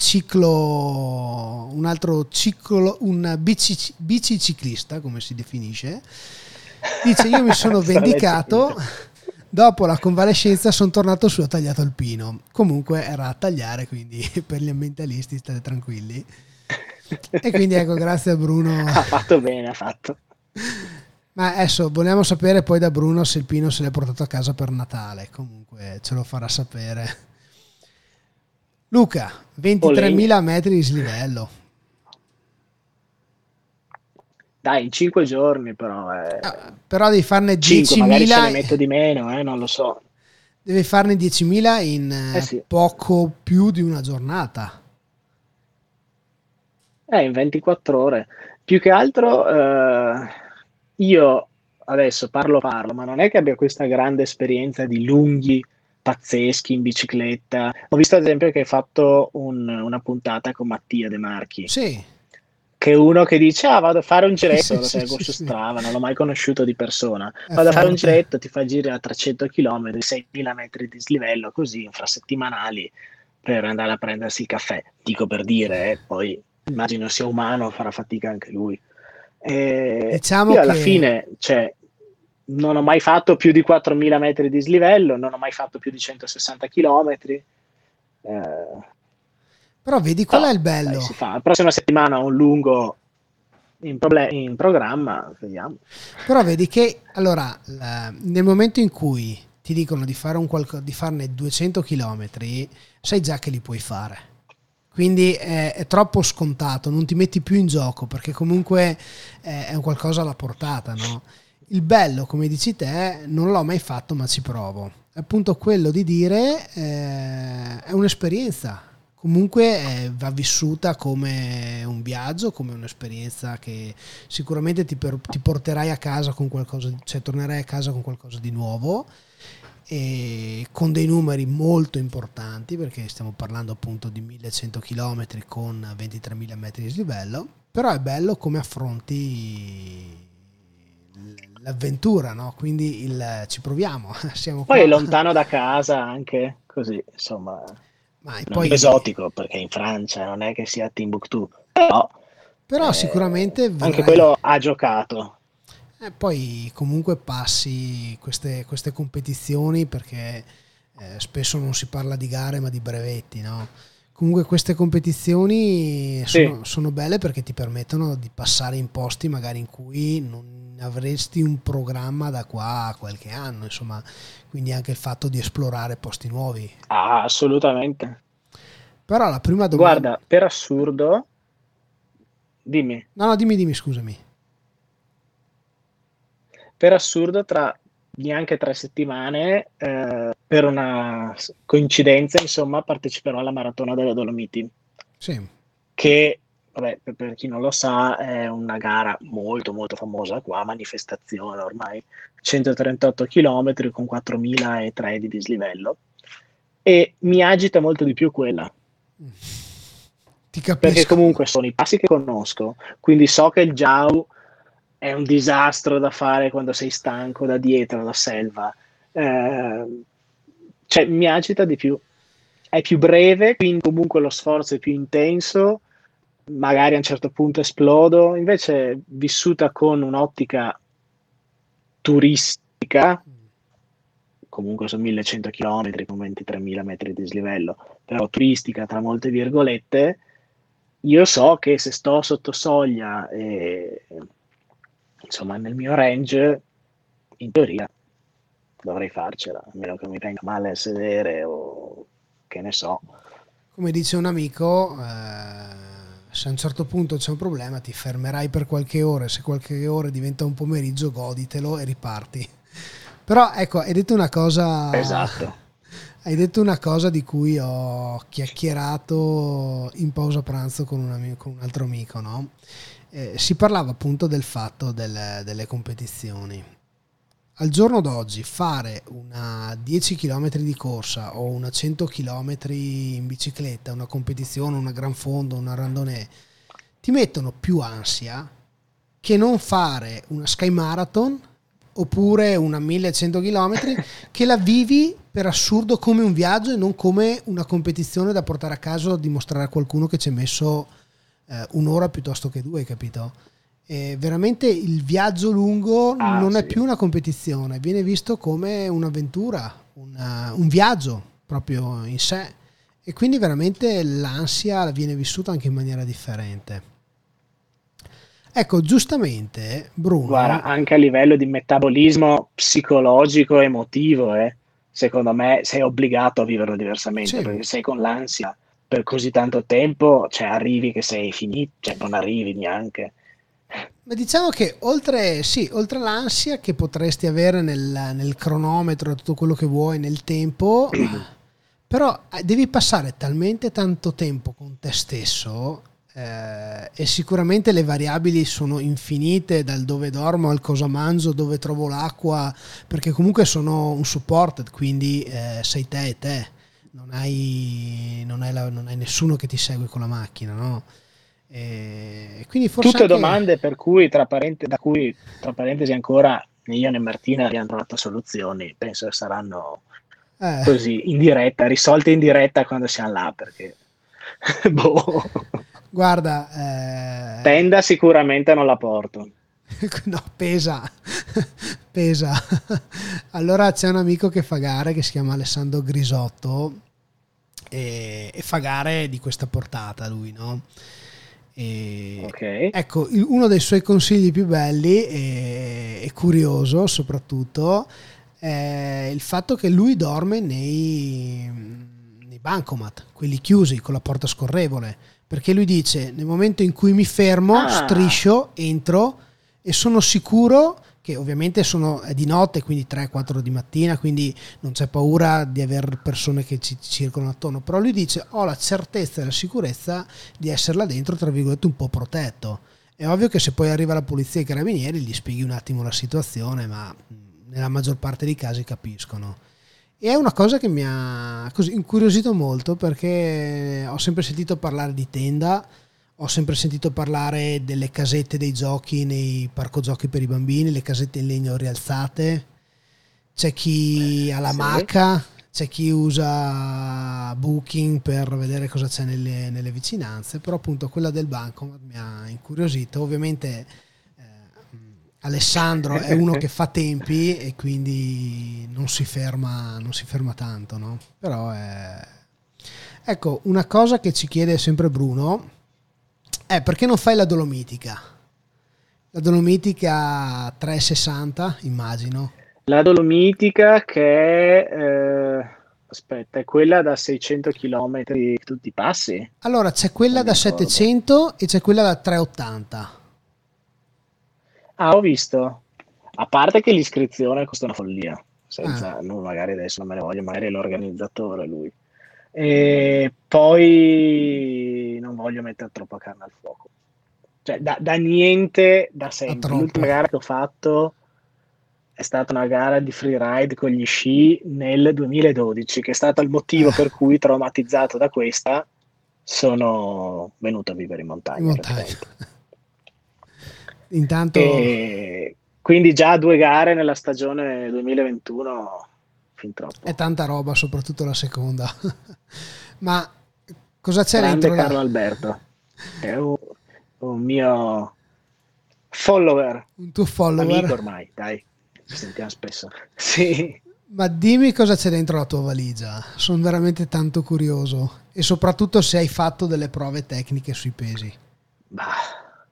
altro ciclo, un biciclista, come si definisce, dice: io mi sono vendicato, dopo la convalescenza sono tornato su, ho tagliato il pino. Comunque era a tagliare, quindi per gli ambientalisti state tranquilli. E quindi ecco, grazie a Bruno. Ha fatto bene, ha fatto. Ma adesso vogliamo sapere poi da Bruno se il pino se l'è portato a casa per Natale. Comunque ce lo farà sapere. Luca, 23.000 metri di dislivello. Dai, in 5 giorni però. Però devi farne 5, 10.000. magari ce ne metto di meno, non lo so. Devi farne 10.000 in sì. poco più di una giornata. In 24 ore. Più che altro io adesso parlo, ma non è che abbia questa grande esperienza di lunghi pazzeschi in bicicletta. Ho visto ad esempio che hai fatto una puntata con Mattia De Marchi. Sì. Che è uno che dice: vado a fare un giretto, sì, lo seguo su Strava, non l'ho mai conosciuto di persona. È Vado a fare un forte. giretto, ti fa giri a 300 km, 6.000 metri di dislivello, così infrasettimanali, per andare a prendersi il caffè. Dico per dire, poi immagino sia umano, farà fatica anche lui. Diciamo io alla che... fine, non ho mai fatto più di 4.000 metri di dislivello, non ho mai fatto più di 160 km. Però vedi qual è il bello? Dai, si fa. La prossima settimana ho un lungo in programma, vediamo. Però vedi che allora nel momento in cui ti dicono di farne 200 km, sai già che li puoi fare. Quindi è troppo scontato, non ti metti più in gioco perché comunque è un qualcosa alla portata, no? Il bello, come dici te, non l'ho mai fatto ma ci provo. È appunto quello di dire è un'esperienza. Comunque va vissuta come un viaggio, come un'esperienza che sicuramente ti porterai a casa con qualcosa, cioè tornerai a casa con qualcosa di nuovo e con dei numeri molto importanti, perché stiamo parlando appunto di 1100 km con 23.000 metri di dislivello. Però è bello come affronti l'avventura, no? Quindi ci proviamo, siamo poi qua. È lontano da casa anche, così, insomma, non è esotico, perché in Francia non è che sia Timbuktu, però sicuramente anche quello ha giocato. Poi comunque passi queste competizioni perché spesso non si parla di gare ma di brevetti, no? Comunque queste competizioni sono belle perché ti permettono di passare in posti magari in cui non avresti un programma da qua a qualche anno, insomma, quindi anche il fatto di esplorare posti nuovi. Ah, assolutamente. Però la prima domanda... Guarda, per assurdo, dimmi. No, dimmi, scusami. Per assurdo, tra neanche 3 settimane, per una coincidenza, insomma, parteciperò alla Maratona delle Dolomiti, Sì. che, vabbè, per chi non lo sa, è una gara molto, molto famosa qua, manifestazione ormai, 138 km con 4.003 di dislivello, e mi agita molto di più quella. Ti capisco. Perché comunque sono i passi che conosco, quindi so che il Jau è un disastro da fare quando sei stanco da dietro, la selva. Cioè, mi agita di più. È più breve, quindi comunque lo sforzo è più intenso, magari a un certo punto esplodo, invece vissuta con un'ottica turistica, comunque sono 1100 km con 23.000 metri di dislivello, però turistica tra molte virgolette, io so che se sto sotto soglia e insomma nel mio range, in teoria dovrei farcela, a meno che mi venga male a sedere o che ne so. Come dice un amico, se a un certo punto c'è un problema ti fermerai per qualche ora, se qualche ora diventa un pomeriggio goditelo e riparti. Però ecco, hai detto una cosa... Esatto. Hai detto una cosa di cui ho chiacchierato in pausa pranzo con un altro amico, no? Si parlava appunto del fatto delle competizioni. Al giorno d'oggi fare una 10 km di corsa o una 100 km in bicicletta, una competizione, una gran fondo, una randonnée, ti mettono più ansia che non fare una Sky Marathon oppure una 1100 km che la vivi per assurdo come un viaggio e non come una competizione da portare a casa o dimostrare a qualcuno che ci hai messo un'ora piuttosto che 2, capito? E veramente il viaggio lungo non è più una competizione, viene visto come un'avventura, un viaggio proprio in sé, e quindi veramente l'ansia viene vissuta anche in maniera differente. Ecco, giustamente Bruno... Guarda, anche a livello di metabolismo psicologico, emotivo, secondo me sei obbligato a viverlo diversamente, Sì. perché sei con l'ansia per così tanto tempo, cioè arrivi che sei finito, cioè non arrivi neanche. Ma diciamo che oltre l'ansia che potresti avere nel cronometro, tutto quello che vuoi, nel tempo, però devi passare talmente tanto tempo con te stesso, e sicuramente le variabili sono infinite, dal dove dormo al cosa mangio, dove trovo l'acqua, perché comunque sono un supported, quindi sei te e te, non hai nessuno che ti segue con la macchina, no? E quindi forse Tutte anche... domande per cui, tra parentesi ancora, né io né Martina abbiamo trovato soluzioni, penso che saranno così, in diretta, risolte in diretta quando siamo là, perché boh. Guarda, Tenda sicuramente non la porto. no, pesa. Allora c'è un amico che fa gare che si chiama Alessandro Grisotto e fa gare di questa portata lui, no? Okay. Ecco, uno dei suoi consigli più belli e curioso soprattutto è il fatto che lui dorme nei bancomat, quelli chiusi con la porta scorrevole, perché lui dice nel momento in cui mi fermo striscio, entro e sono sicuro che ovviamente è di notte, quindi 3-4 di mattina, quindi non c'è paura di avere persone che ci circolano attorno, però lui dice ho la certezza e la sicurezza di essere là dentro, tra virgolette, un po' protetto. È ovvio che se poi arriva la polizia e i carabinieri gli spieghi un attimo la situazione, ma nella maggior parte dei casi capiscono. E è una cosa che mi ha così incuriosito molto, perché ho sempre sentito parlare di tenda, ho sempre sentito parlare delle casette dei giochi nei parco giochi per i bambini, le casette in legno rialzate, c'è chi ha la maca, c'è chi usa Booking per vedere cosa c'è nelle vicinanze, però appunto quella del bancomat mi ha incuriosito. Ovviamente Alessandro è uno che fa tempi e quindi non si ferma tanto, no? Però ecco, una cosa che ci chiede sempre Bruno è perché non fai la Dolomitica? La Dolomitica 360, immagino. La Dolomitica che è, aspetta, è quella da 600 km tutti i passi? Allora, c'è Non quella mi da ricordo. 700 e c'è quella da 380. Ah, ho visto. A parte che l'iscrizione costa una follia, Ah, senza, no, magari adesso non me ne voglio, magari è l'organizzatore lui. E poi non voglio mettere troppa carne al fuoco. Cioè, da niente, da da sempre. troppo. L'ultima gara che ho fatto è stata una gara di freeride con gli sci nel 2012, che è stato il motivo per Eh, cui, traumatizzato da questa, sono venuto a vivere in in montagna montagna. praticamente. Intanto E quindi già due gare nella stagione 2021, fin è troppo. tanta roba, soprattutto la seconda. Ma cosa c'è Grande dentro Carlo là? Alberto, è un mio follower, Un tuo follower? amico ormai, dai, ci sentiamo spesso. Sì, Ma dimmi cosa c'è dentro la tua valigia. Sono veramente tanto curioso. E soprattutto se hai fatto delle prove tecniche sui pesi. bah.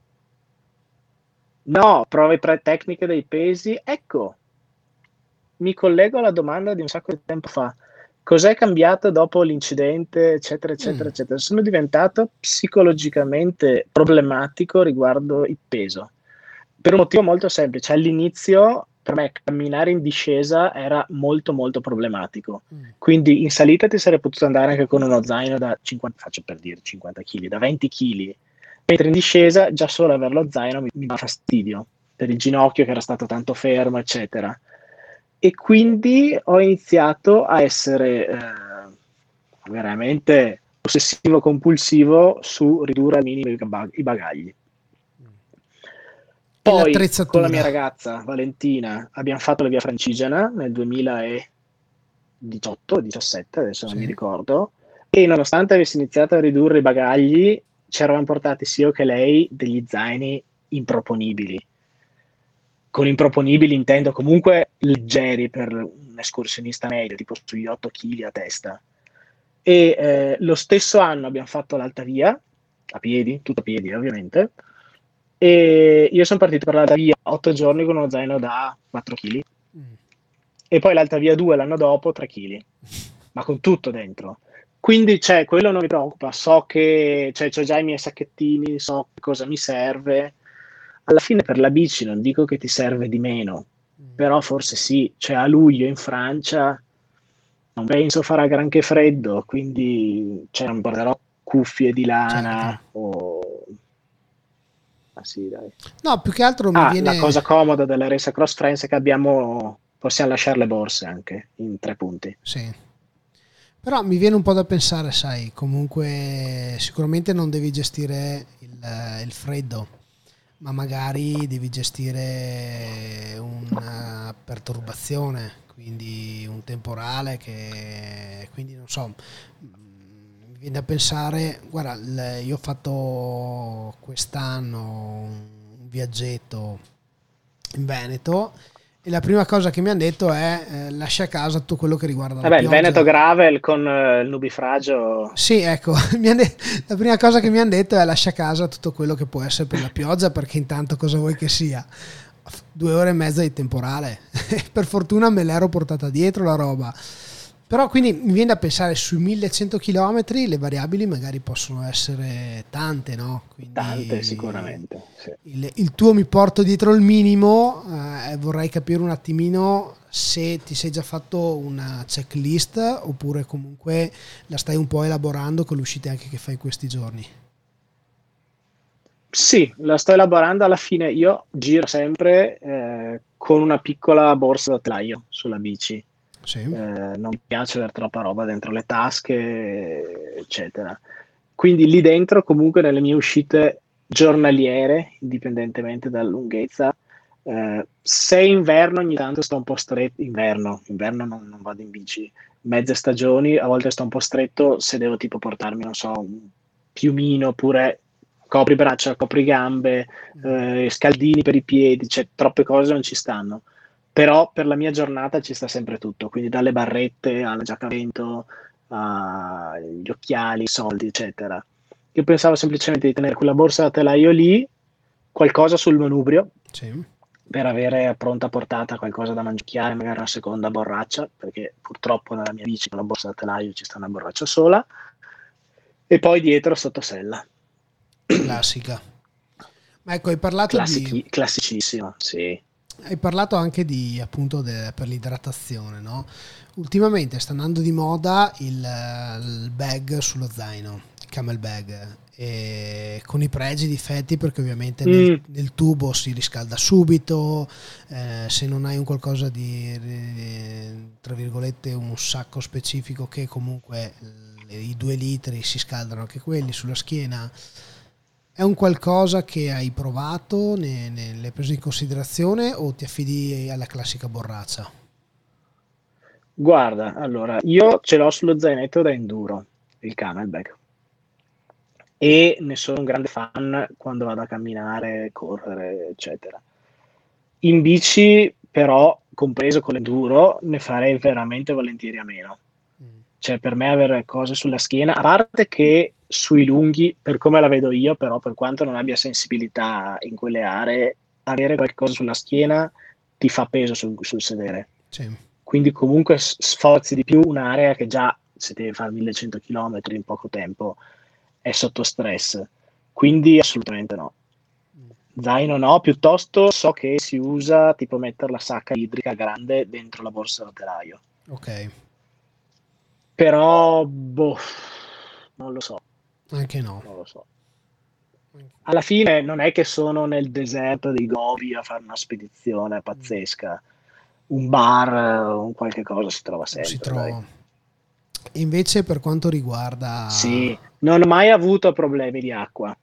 No, prove tecniche dei pesi. Ecco, mi collego alla domanda di un sacco di tempo fa. Cos'è cambiato dopo l'incidente, eccetera, eccetera, Mm, eccetera? Sono diventato psicologicamente problematico riguardo il peso. Per un motivo molto semplice. All'inizio, per me, camminare in discesa era molto, molto problematico. mm. Quindi in salita ti sarei potuto andare anche con uno zaino da 50, faccio per dire 50 kg, da 20 kg. Mentre in discesa già solo avere lo zaino mi dà fastidio per il ginocchio che era stato tanto fermo, eccetera. E quindi ho iniziato a essere veramente ossessivo compulsivo su ridurre al minimo i bagagli. E Poi con la l'attrezzatura? mia ragazza Valentina abbiamo fatto la via Francigena nel 2018 o 17, adesso non mi Sì. ricordo, e nonostante avessi iniziato a ridurre i bagagli, ci eravamo portati sia io che lei degli zaini improponibili. Con improponibili intendo comunque leggeri per un escursionista medio, tipo sugli 8 kg a testa. E lo stesso anno abbiamo fatto l'Alta Via, a piedi, tutto a piedi ovviamente, e io sono partito per l'Alta Via 8 giorni con uno zaino da 4 kg, Mm. e poi l'Alta Via 2 l'anno dopo 3 kg, ma con tutto dentro. Quindi quello non mi preoccupa, so che ho già i miei sacchettini, so cosa mi serve. Alla fine per la bici non dico che ti serve di meno, Mm. però forse sì, cioè a luglio in Francia non penso farà granché freddo, quindi non porterò cuffie di Certo. lana o... Ah sì, dai. No, più che altro mi Ah, la viene... cosa comoda della Race Across France è che possiamo lasciare le borse anche in 3 punti. Sì. Però mi viene un po' da pensare, sai, comunque sicuramente non devi gestire il freddo, ma magari devi gestire una perturbazione, quindi un temporale che, quindi non so, mi viene da pensare, guarda, io ho fatto quest'anno un viaggetto in Veneto e la prima cosa che mi hanno detto è lascia a casa tutto quello che riguarda la Vabbè, il Veneto pioggia. Gravel con il nubifragio. Sì, ecco, la prima cosa che mi hanno detto è lascia a casa tutto quello che può essere per la pioggia, perché intanto cosa vuoi che sia? 2 ore e mezza di temporale. Per fortuna me l'ero portata dietro la roba. Però quindi mi viene da pensare sui 1100 km le variabili magari possono essere tante, no? Tante Quindi sicuramente, sì. il tuo mi porto dietro il minimo, vorrei capire un attimino se ti sei già fatto una checklist oppure comunque la stai un po' elaborando con le uscite anche che fai in questi giorni. Sì, la sto elaborando alla fine. Io giro sempre con una piccola borsa da telaio sulla bici. Sì. Non mi piace avere troppa roba dentro le tasche, eccetera. Quindi lì dentro, comunque, nelle mie uscite giornaliere, indipendentemente dalla lunghezza, se è inverno ogni tanto sto un po' stretto. Inverno non vado in bici. Mezze stagioni, a volte sto un po' stretto se devo tipo portarmi, non so, un piumino oppure copri braccia, copri gambe, scaldini per i piedi, cioè troppe cose non ci stanno. Però per la mia giornata ci sta sempre tutto, quindi dalle barrette alla giacca a vento, agli occhiali, i soldi, eccetera. Io pensavo semplicemente di tenere quella borsa da telaio lì, qualcosa sul manubrio, Sì. per avere a pronta portata qualcosa da mangiare, magari una seconda borraccia, perché purtroppo nella mia bici con la borsa da telaio ci sta una borraccia sola, e poi dietro sottosella. Classica. Ma ecco, Classicissimo, sì. hai parlato anche di appunto per l'idratazione, no? Ultimamente sta andando di moda il bag sullo zaino, il camel bag, e con i pregi e i difetti, perché ovviamente nel tubo si riscalda subito, se non hai un qualcosa tra virgolette un sacco specifico, che comunque i 2 litri si scaldano anche quelli sulla schiena. È un qualcosa che hai provato, ne l'hai preso in considerazione, o ti affidi alla classica borraccia? Guarda, allora, io ce l'ho sullo zainetto da enduro, il Camelback, e ne sono un grande fan quando vado a camminare, correre, eccetera. In bici, però, compreso con l'enduro, ne farei veramente volentieri a meno. Cioè, per me avere cose sulla schiena, a parte che sui lunghi, per come la vedo io, però, per quanto non abbia sensibilità in quelle aree, avere qualcosa sulla schiena ti fa peso sul sedere. Sì. Quindi comunque sforzi di più un'area che già, se devi fare 1100 km in poco tempo, è sotto stress. Quindi assolutamente no. Zaino no, piuttosto so che si usa tipo mettere la sacca idrica grande dentro la borsa da telaio. Ok, Però, boh, non lo so, anche no. non lo so. Alla fine non è che sono nel deserto di Gobi a fare una spedizione pazzesca. Un bar, un qualche cosa si trova Si sempre, dai. trova. Invece per quanto riguarda, Sì, non ho mai avuto problemi di acqua.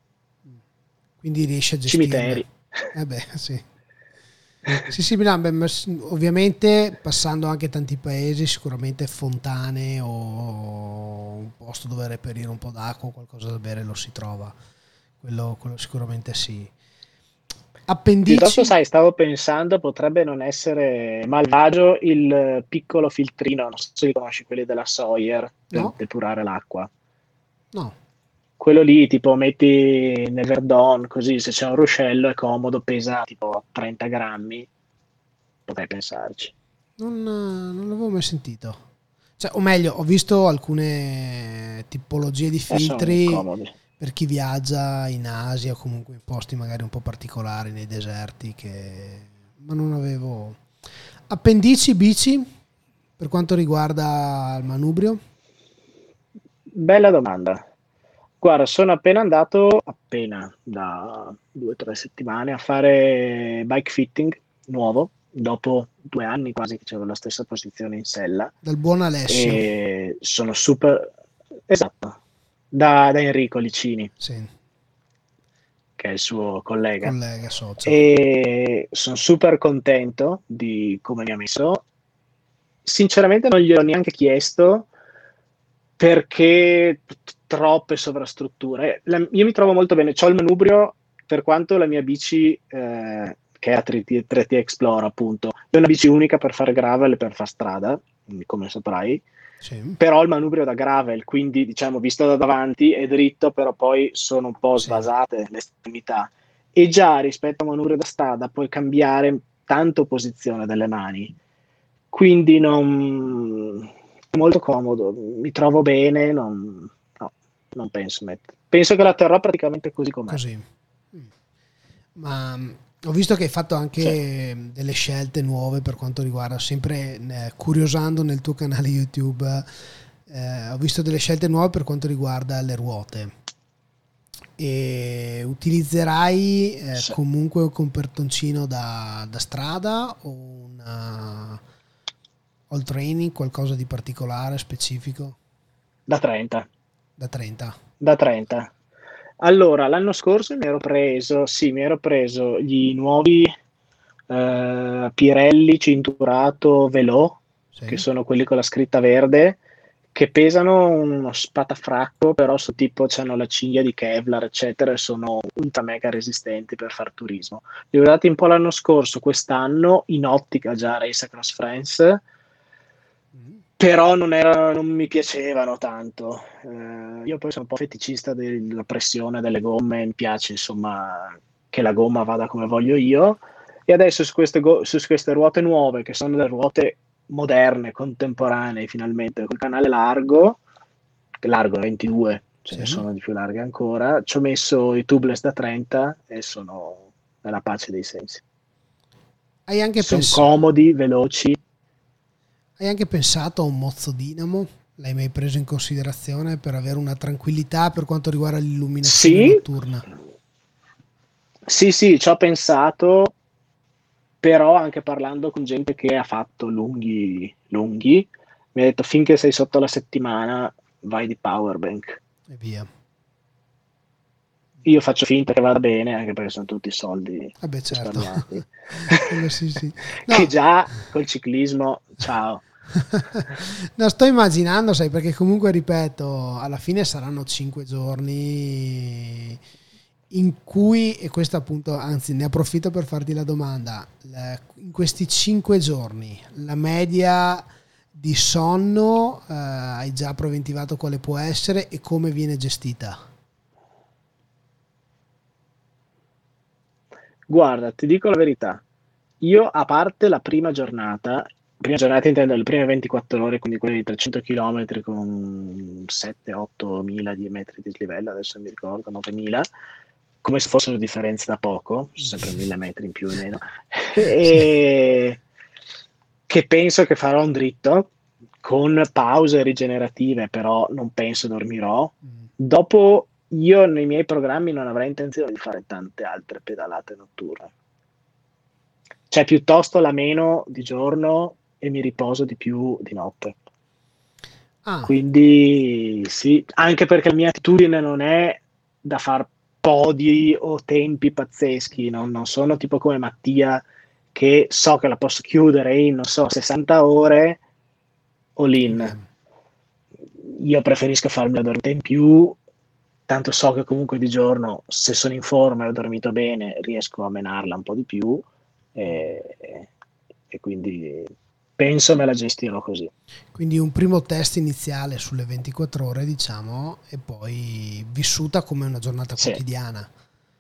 quindi riesci a gestirle? Cimiteri. Eh beh, sì. Sì, sì, no, beh, ovviamente passando anche tanti paesi, sicuramente fontane o un posto dove reperire un po' d'acqua o qualcosa da bere lo si trova. Quello sicuramente sì. Piuttosto, Appendici? sai, stavo pensando, potrebbe non essere malvagio il piccolo filtrino, non so se conosci quelli della Sawyer, per No, depurare l'acqua. no. Quello lì, tipo, metti nel Verdon, così se c'è un ruscello è comodo, pesa tipo 30 grammi, potrei pensarci. Non l'avevo mai sentito. Cioè, o meglio, ho visto alcune tipologie di Sono filtri comodi. per chi viaggia in Asia o comunque in posti magari un po' particolari, nei deserti, ma non avevo... Appendici, bici, per quanto riguarda il manubrio? Bella domanda. Guarda, sono appena da 2 o 3 settimane, a fare bike fitting nuovo, dopo 2 anni quasi che avevo la stessa posizione in sella, Dal buon Alessio. e sono super... Esatto, da Enrico Licini, Sì, che è il suo collega, collega, socio. e sono super contento di come mi ha messo. Sinceramente non gliel'ho neanche chiesto, perché troppe sovrastrutture. Io mi trovo molto bene, c'ho il manubrio, per quanto la mia bici, che è la 3T Explorer, appunto, è una bici unica per fare gravel e per fare strada, come saprai, Sì, però il manubrio da gravel, quindi diciamo visto da davanti è dritto, però poi sono un po' sì. svasate le estremità. E già rispetto a un manubrio da strada puoi cambiare tanto posizione delle mani, quindi non è molto comodo, mi trovo bene, no, non penso penso che la terrò praticamente così com'è. Così. Ma ho visto che hai fatto Sì. anche delle scelte nuove per quanto riguarda, sempre curiosando nel tuo canale YouTube, ho visto delle scelte nuove per quanto riguarda le ruote. E utilizzerai Sì. comunque un copertoncino da strada o all training, qualcosa di particolare, specifico? Da 30. Da 30? Da 30. Allora, l'anno scorso mi ero preso gli nuovi Pirelli cinturato Velo, che Sì. sono quelli con la scritta verde, che pesano uno spatafracco, però tipo hanno la cinghia di Kevlar, eccetera, e sono ultra mega resistenti per far turismo. Li ho dati un po' l'anno scorso, quest'anno in ottica già Race Across France, però non mi piacevano tanto. Io poi sono un po' feticista della pressione delle gomme, mi piace insomma che la gomma vada come voglio io. E adesso su queste ruote nuove, che sono delle ruote moderne, contemporanee, finalmente, col canale largo 22, ce ne sono di più larghe ancora, ci ho messo i tubeless da 30 e sono nella pace dei sensi. Hai anche sono comodi, veloci. Hai anche pensato a un mozzo dinamo? L'hai mai preso in considerazione per avere una tranquillità per quanto riguarda l'illuminazione notturna? Sì, ci ho pensato, però anche parlando con gente che ha fatto lunghi, mi ha detto finché sei sotto la settimana vai di powerbank. E via. Io faccio finta che vada bene, anche perché sono tutti soldi risparmiati. Sì. No. Che già col ciclismo, ciao. No, sto immaginando, sai, perché comunque ripeto, alla fine saranno 5 giorni in cui, e questo appunto, anzi ne approfitto per farti la domanda, in questi 5 giorni la media di sonno hai già preventivato quale può essere e come viene gestita? Guarda, ti dico la verità, io a parte la prima giornata intendo le prime 24 ore, quindi quelle di 300 km con 7-8 mila di metri di dislivello, adesso non mi ricordo, 9 mila, come se fossero differenze da poco, sempre 1000 metri in più o meno, e che penso che farò un dritto, con pause rigenerative, però non penso dormirò. Dopo io nei miei programmi non avrei intenzione di fare tante altre pedalate notturne. Cioè piuttosto la meno di giorno e mi riposo di più di notte. Quindi sì, anche perché la mia attitudine non è da far podi o tempi pazzeschi, non sono tipo come Mattia che so che la posso chiudere in, non so, 60 ore all-in. Io preferisco farmi la dormita in più, tanto so che comunque di giorno, se sono in forma e ho dormito bene, riesco a menarla un po' di più e quindi penso me la gestirò così. Quindi un primo test iniziale sulle 24 ore, diciamo, e poi vissuta come una giornata quotidiana.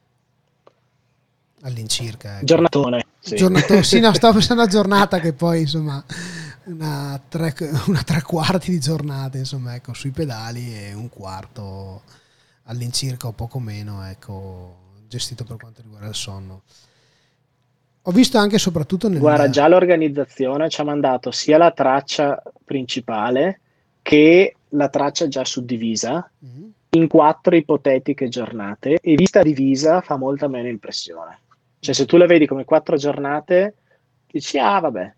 All'incirca. Ecco. Giornatone. Sì. Sì, no, stavo pensando a giornata che poi, insomma, una tre quarti di giornata, insomma, ecco, sui pedali e un quarto all'incirca o poco meno, ecco, gestito per quanto riguarda il sonno. Ho visto anche soprattutto Guarda, già l'organizzazione ci ha mandato sia la traccia principale che la traccia già suddivisa in 4 ipotetiche giornate, e vista divisa fa molta meno impressione. Cioè se tu la vedi come 4 giornate dici vabbè.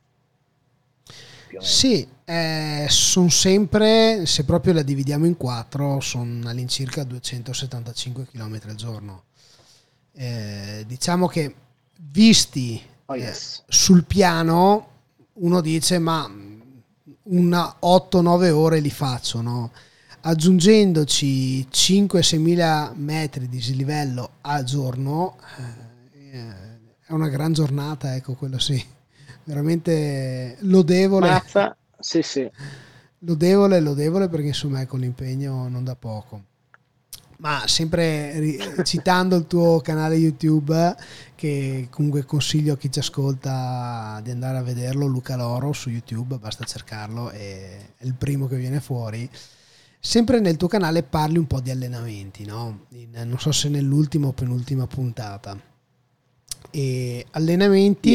Sì, sono sempre, se proprio la dividiamo in 4, sono all'incirca 275 km al giorno. Diciamo che visti sul piano uno dice ma una 8-9 ore li faccio, no? Aggiungendoci 5-6 mila metri di dislivello al giorno è una gran giornata, ecco, quello sì, veramente lodevole. Mazza, sì. Lodevole perché insomma ecco, l'impegno non da poco. Ma sempre citando il tuo canale YouTube, che comunque consiglio a chi ci ascolta di andare a vederlo, Luca Loro su YouTube, basta cercarlo, è il primo che viene fuori. Sempre nel tuo canale parli un po' di allenamenti, no? Non so se nell'ultima o penultima puntata. E allenamenti,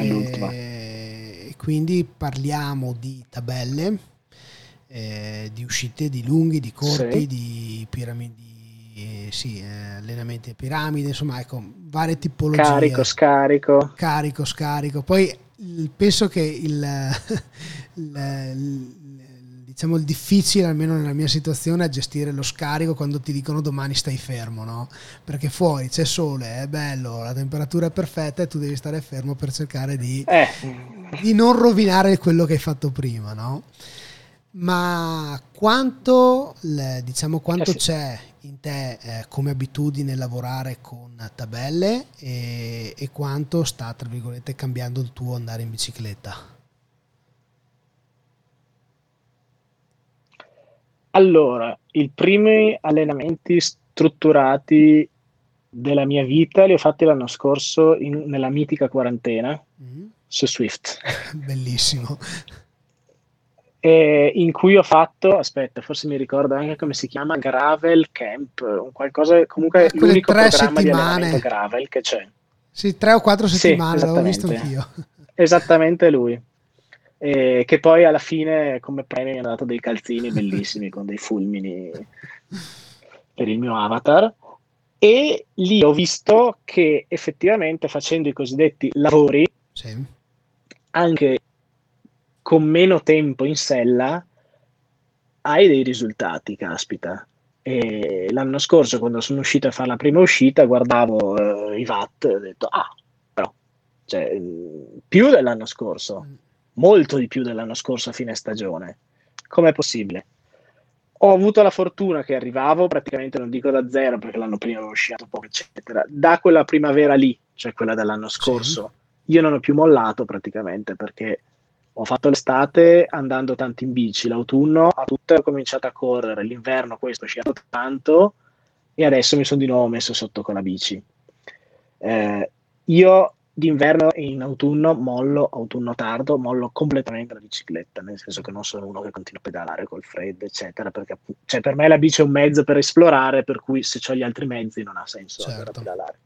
quindi parliamo di tabelle, di uscite, di lunghi, di corti, di piramidi. Sì, allenamenti a piramide, insomma, ecco, varie tipologie. Carico, scarico. Poi penso che diciamo il difficile, almeno nella mia situazione, è gestire lo scarico quando ti dicono domani stai fermo, no? Perché fuori c'è sole, è bello, la temperatura è perfetta e tu devi stare fermo per cercare di non rovinare quello che hai fatto prima, no? Ma quanto, diciamo, quanto Sì. c'è in te come abitudine lavorare con tabelle e quanto sta, tra virgolette, cambiando il tuo andare in bicicletta? Allora, i primi allenamenti strutturati della mia vita li ho fatti l'anno scorso nella mitica quarantena Mm. su Swift. Bellissimo. In cui ho fatto, aspetta, forse mi ricordo anche come si chiama, Gravel Camp, un qualcosa, comunque Quelle l'unico tre programma di allenamento settimane, gravel che c'è. sì, 3 o 4 Sì, settimane, l'avevo visto esattamente, anch'io. esattamente lui. Che poi alla fine come premio mi ha dato dei calzini bellissimi con dei fulmini per il mio avatar. E lì ho visto che effettivamente facendo i cosiddetti lavori, Sì. anche con meno tempo in sella, hai dei risultati, caspita. E l'anno scorso, quando sono uscito a fare la prima uscita, guardavo i watt e ho detto, ah, però, cioè, più dell'anno scorso, molto di più dell'anno scorso a fine stagione. Com'è possibile? Ho avuto la fortuna che arrivavo praticamente, non dico da zero, perché l'anno prima avevo sciato poco, eccetera, da quella primavera lì, cioè quella dell'anno Sì. scorso, io non ho più mollato praticamente perché ho fatto l'estate andando tanto in bici, l'autunno a tutto ho cominciato a correre, l'inverno questo ho sciato tanto e adesso mi sono di nuovo messo sotto con la bici. Io d'inverno e in autunno mollo, autunno tardo, mollo completamente la bicicletta, nel senso che non sono uno che continua a pedalare col freddo, eccetera, perché cioè, per me la bici è un mezzo per esplorare, per cui se ho gli altri mezzi non ha senso andare a Certo. pedalare.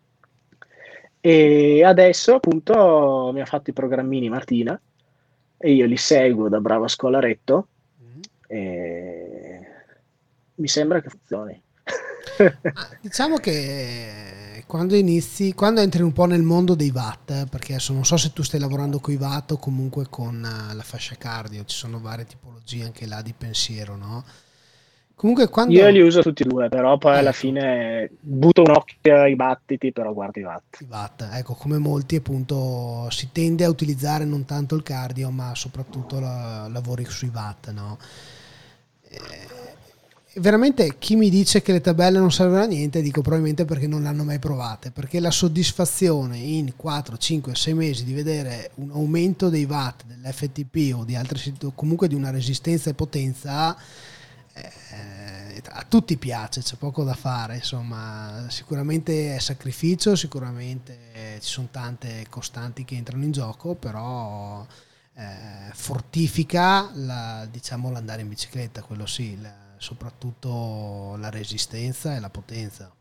E adesso appunto mi ha fatto i programmini Martina e io li seguo da bravo scolaretto Mm. e mi sembra che funzioni. Ma diciamo che quando inizi, quando entri un po' nel mondo dei watt, perché adesso non so se tu stai lavorando con i watt o comunque con la fascia cardio, ci sono varie tipologie anche là di pensiero, no? Comunque Io li quando, uso tutti e due, però poi alla ecco, fine butto un occhio ai battiti, però guardo i watt. i watt, ecco, come molti appunto si tende a utilizzare non tanto il cardio, ma soprattutto lavori sui watt, no? Veramente chi mi dice che le tabelle non servono a niente, dico probabilmente perché non le hanno mai provate, perché la soddisfazione in 4, 5, 6 mesi di vedere un aumento dei watt dell'FTP o di altri, comunque di una resistenza e potenza, a tutti piace, c'è poco da fare, insomma, sicuramente è sacrificio, sicuramente ci sono tante costanti che entrano in gioco, però fortifica diciamo, l'andare in bicicletta, quello sì, soprattutto la resistenza e la potenza.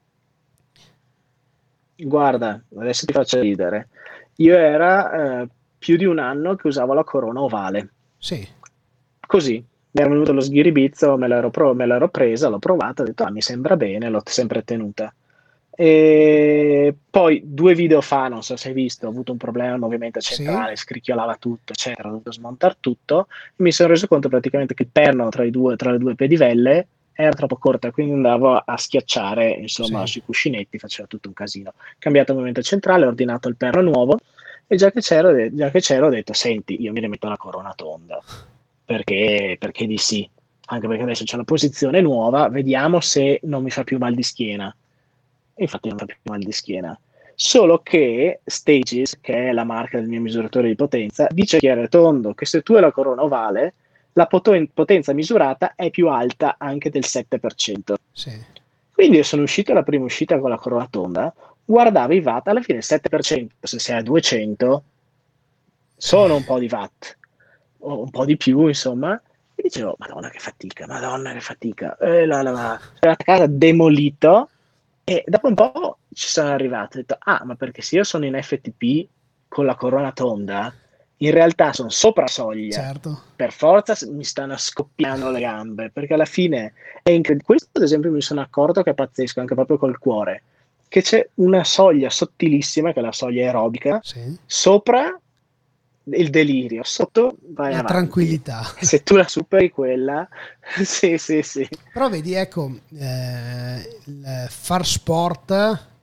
Guarda, adesso ti faccio ridere. Io era più di un anno che usavo la corona ovale. Sì, Così, mi era venuto lo sghiribizzo, me l'ero presa, l'ho provata, ho detto, ah, mi sembra bene, l'ho sempre tenuta. E poi 2 video fa, non so se hai visto, ho avuto un problema al movimento sì, centrale, scricchiolava tutto, eccetera, ho dovuto smontare tutto e mi sono reso conto praticamente che il perno tra le due pedivelle era troppo corta, quindi andavo a schiacciare, insomma, sì. sui cuscinetti, faceva tutto un casino. Cambiato il movimento centrale, ho ordinato il perno nuovo e già che c'ero ho detto, senti, io mi rimetto la corona tonda, perché di sì, anche perché adesso c'è la posizione nuova, vediamo se non mi fa più mal di schiena. E infatti non fa più mal di schiena. Solo che Stages, che è la marca del mio misuratore di potenza, dice chiaro e tondo che se tu hai la corona ovale, la potenza misurata è più alta anche del 7%. Sì. Quindi io sono uscito alla prima uscita con la corona tonda, guardavo i watt, alla fine il 7%, se sei a 200, Sì. sono un po' di watt, o un po' di più, insomma, e dicevo, Madonna che fatica. E sono a casa demolito, e dopo un po' ci sono arrivato, ho detto, ah, ma perché se io sono in FTP con la corona tonda, in realtà sono sopra soglia, Certo. per forza mi stanno scoppiando le gambe, perché alla fine è incredibile. Questo ad esempio mi sono accorto che è pazzesco, anche proprio col cuore, che c'è una soglia sottilissima, che è la soglia aerobica, Sì. sopra il delirio, sotto vai La avanti. tranquillità. E se tu la superi quella, sì, sì, sì. Però vedi, ecco, il far sport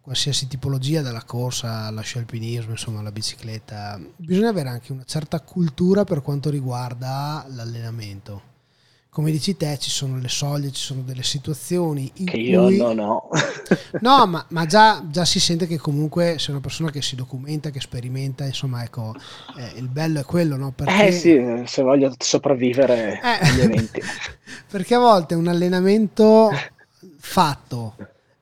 qualsiasi tipologia, dalla corsa alla sci alpinismo, insomma alla bicicletta, bisogna avere anche una certa cultura per quanto riguarda l'allenamento. Come dici te, ci sono le soglie, ci sono delle situazioni in che cui... io non ho. No, ma già si sente che comunque sei una persona che si documenta, che sperimenta, insomma, ecco, il bello è quello, no? Perché... Sì, se voglio sopravvivere agli eventi. Perché a volte un allenamento fatto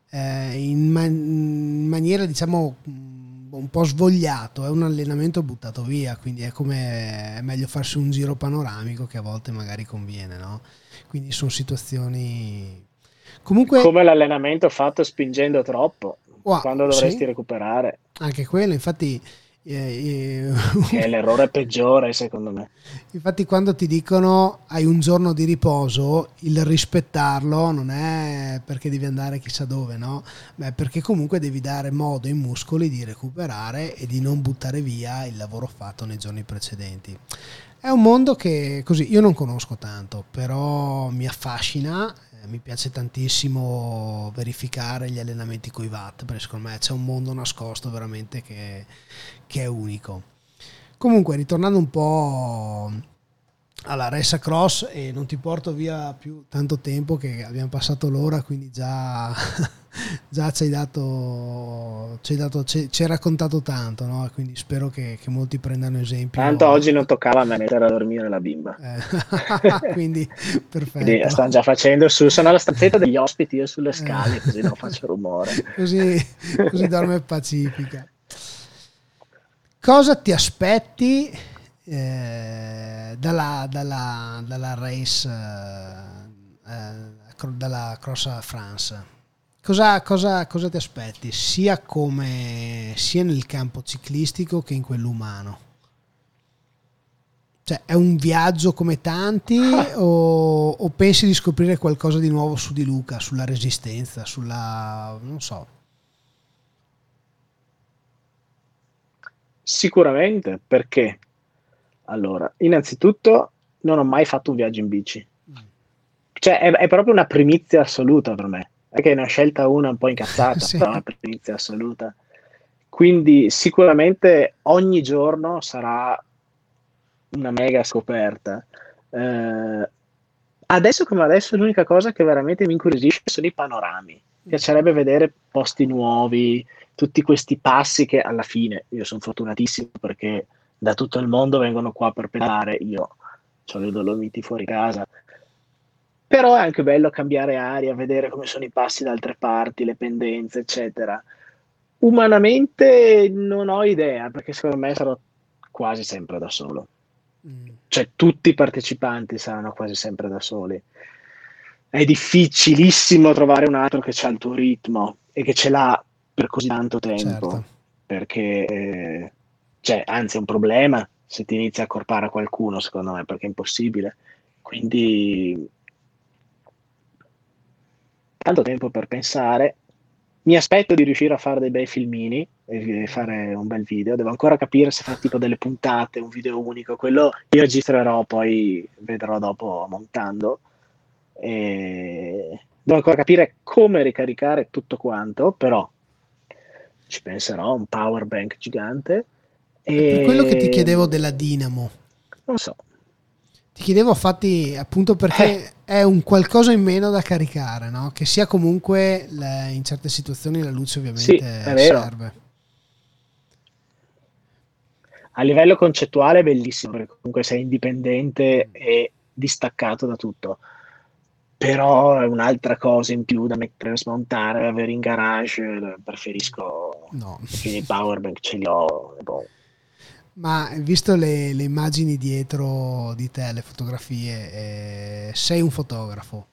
in maniera, diciamo, un po' svogliato è un allenamento buttato via, quindi è meglio farsi un giro panoramico che a volte magari conviene, no? Quindi sono situazioni comunque Come l'allenamento fatto spingendo troppo, quando dovresti sì, recuperare, anche quello, infatti che è l'errore peggiore secondo me. infatti quando ti dicono hai un giorno di riposo, il rispettarlo non è perché devi andare chissà dove, no? Ma è perché comunque devi dare modo ai muscoli di recuperare e di non buttare via il lavoro fatto nei giorni precedenti. È un mondo che così io non conosco tanto, però mi affascina, mi piace tantissimo verificare gli allenamenti coi watt, perché secondo me c'è un mondo nascosto veramente che è unico. Comunque, ritornando un po' alla Race Across, e non ti porto via più tanto tempo che abbiamo passato l'ora, quindi già, già ci hai raccontato tanto, no? Quindi spero che molti prendano esempio. Tanto oggi non toccava a me mettere a dormire la bimba. Quindi Quindi perfetto. stanno già facendo sono alla stanzetta degli ospiti, io sulle scale, così non faccio rumore. così dorme pacifica. Cosa ti aspetti dalla race, dalla Cross France? Cosa ti aspetti sia nel campo ciclistico che in quello umano? Cioè, è un viaggio come tanti o pensi di scoprire qualcosa di nuovo su di Luca, sulla resistenza, non so. Sicuramente, perché? Allora, innanzitutto non ho mai fatto un viaggio in bici. Cioè, è proprio una primizia assoluta per me. È che ne ho scelta una un po' incazzata, Sì. però è una primizia assoluta. Quindi sicuramente ogni giorno sarà una mega scoperta. Adesso come adesso l'unica cosa che veramente mi incuriosisce sono i panorami. Mi piacerebbe vedere posti nuovi, tutti questi passi che alla fine io sono fortunatissimo perché da tutto il mondo vengono qua per pedalare, io ho le Dolomiti fuori casa. Però è anche bello cambiare aria, vedere come sono i passi da altre parti, le pendenze, eccetera. Umanamente non ho idea, perché secondo me sarò quasi sempre da solo. Cioè tutti i partecipanti saranno quasi sempre da soli. È difficilissimo trovare un altro che c'ha il tuo ritmo e che ce l'ha per così tanto tempo, Certo. perché cioè, anzi è un problema se ti inizi a accorpare a qualcuno, secondo me, perché è impossibile. Quindi tanto tempo per pensare. Mi aspetto di riuscire a fare dei bei filmini e fare un bel video. Devo ancora capire se fare tipo delle puntate, un video unico. Quello io registrerò, poi vedrò dopo montando. E devo ancora capire come ricaricare tutto quanto, però ci penserò, un power bank gigante. È per quello che ti E chiedevo della Dinamo. non so. Ti chiedevo infatti appunto perché è un qualcosa in meno da caricare, no? Che sia comunque in certe situazioni la luce Sì, ovviamente è vero. serve. A livello concettuale è bellissimo, perché comunque sei indipendente e distaccato da tutto. Però è un'altra cosa in più da mettere a smontare, avere in garage, preferisco, No. fine i powerbank ce li ho, boh. Ma visto le immagini dietro di te, le fotografie, sei un fotografo.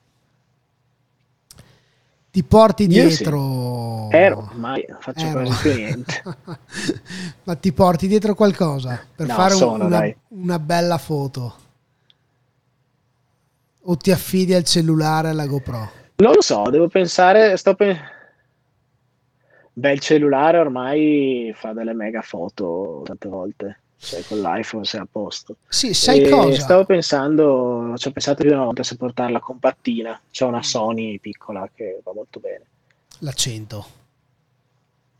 Ti porti Io sì, dietro... ormai non faccio Ero. quasi più niente. Ma ti porti dietro qualcosa per No, fare dai. una bella foto? O ti affidi al cellulare e alla GoPro? Non lo so, devo pensare, Beh, il cellulare ormai fa delle mega foto tante volte, cioè con l'iPhone sei a posto. Sì, sai E cosa? stavo pensando, ci ho pensato più di una volta se portarla compattina, c'è una Sony piccola che va molto bene. L'accento.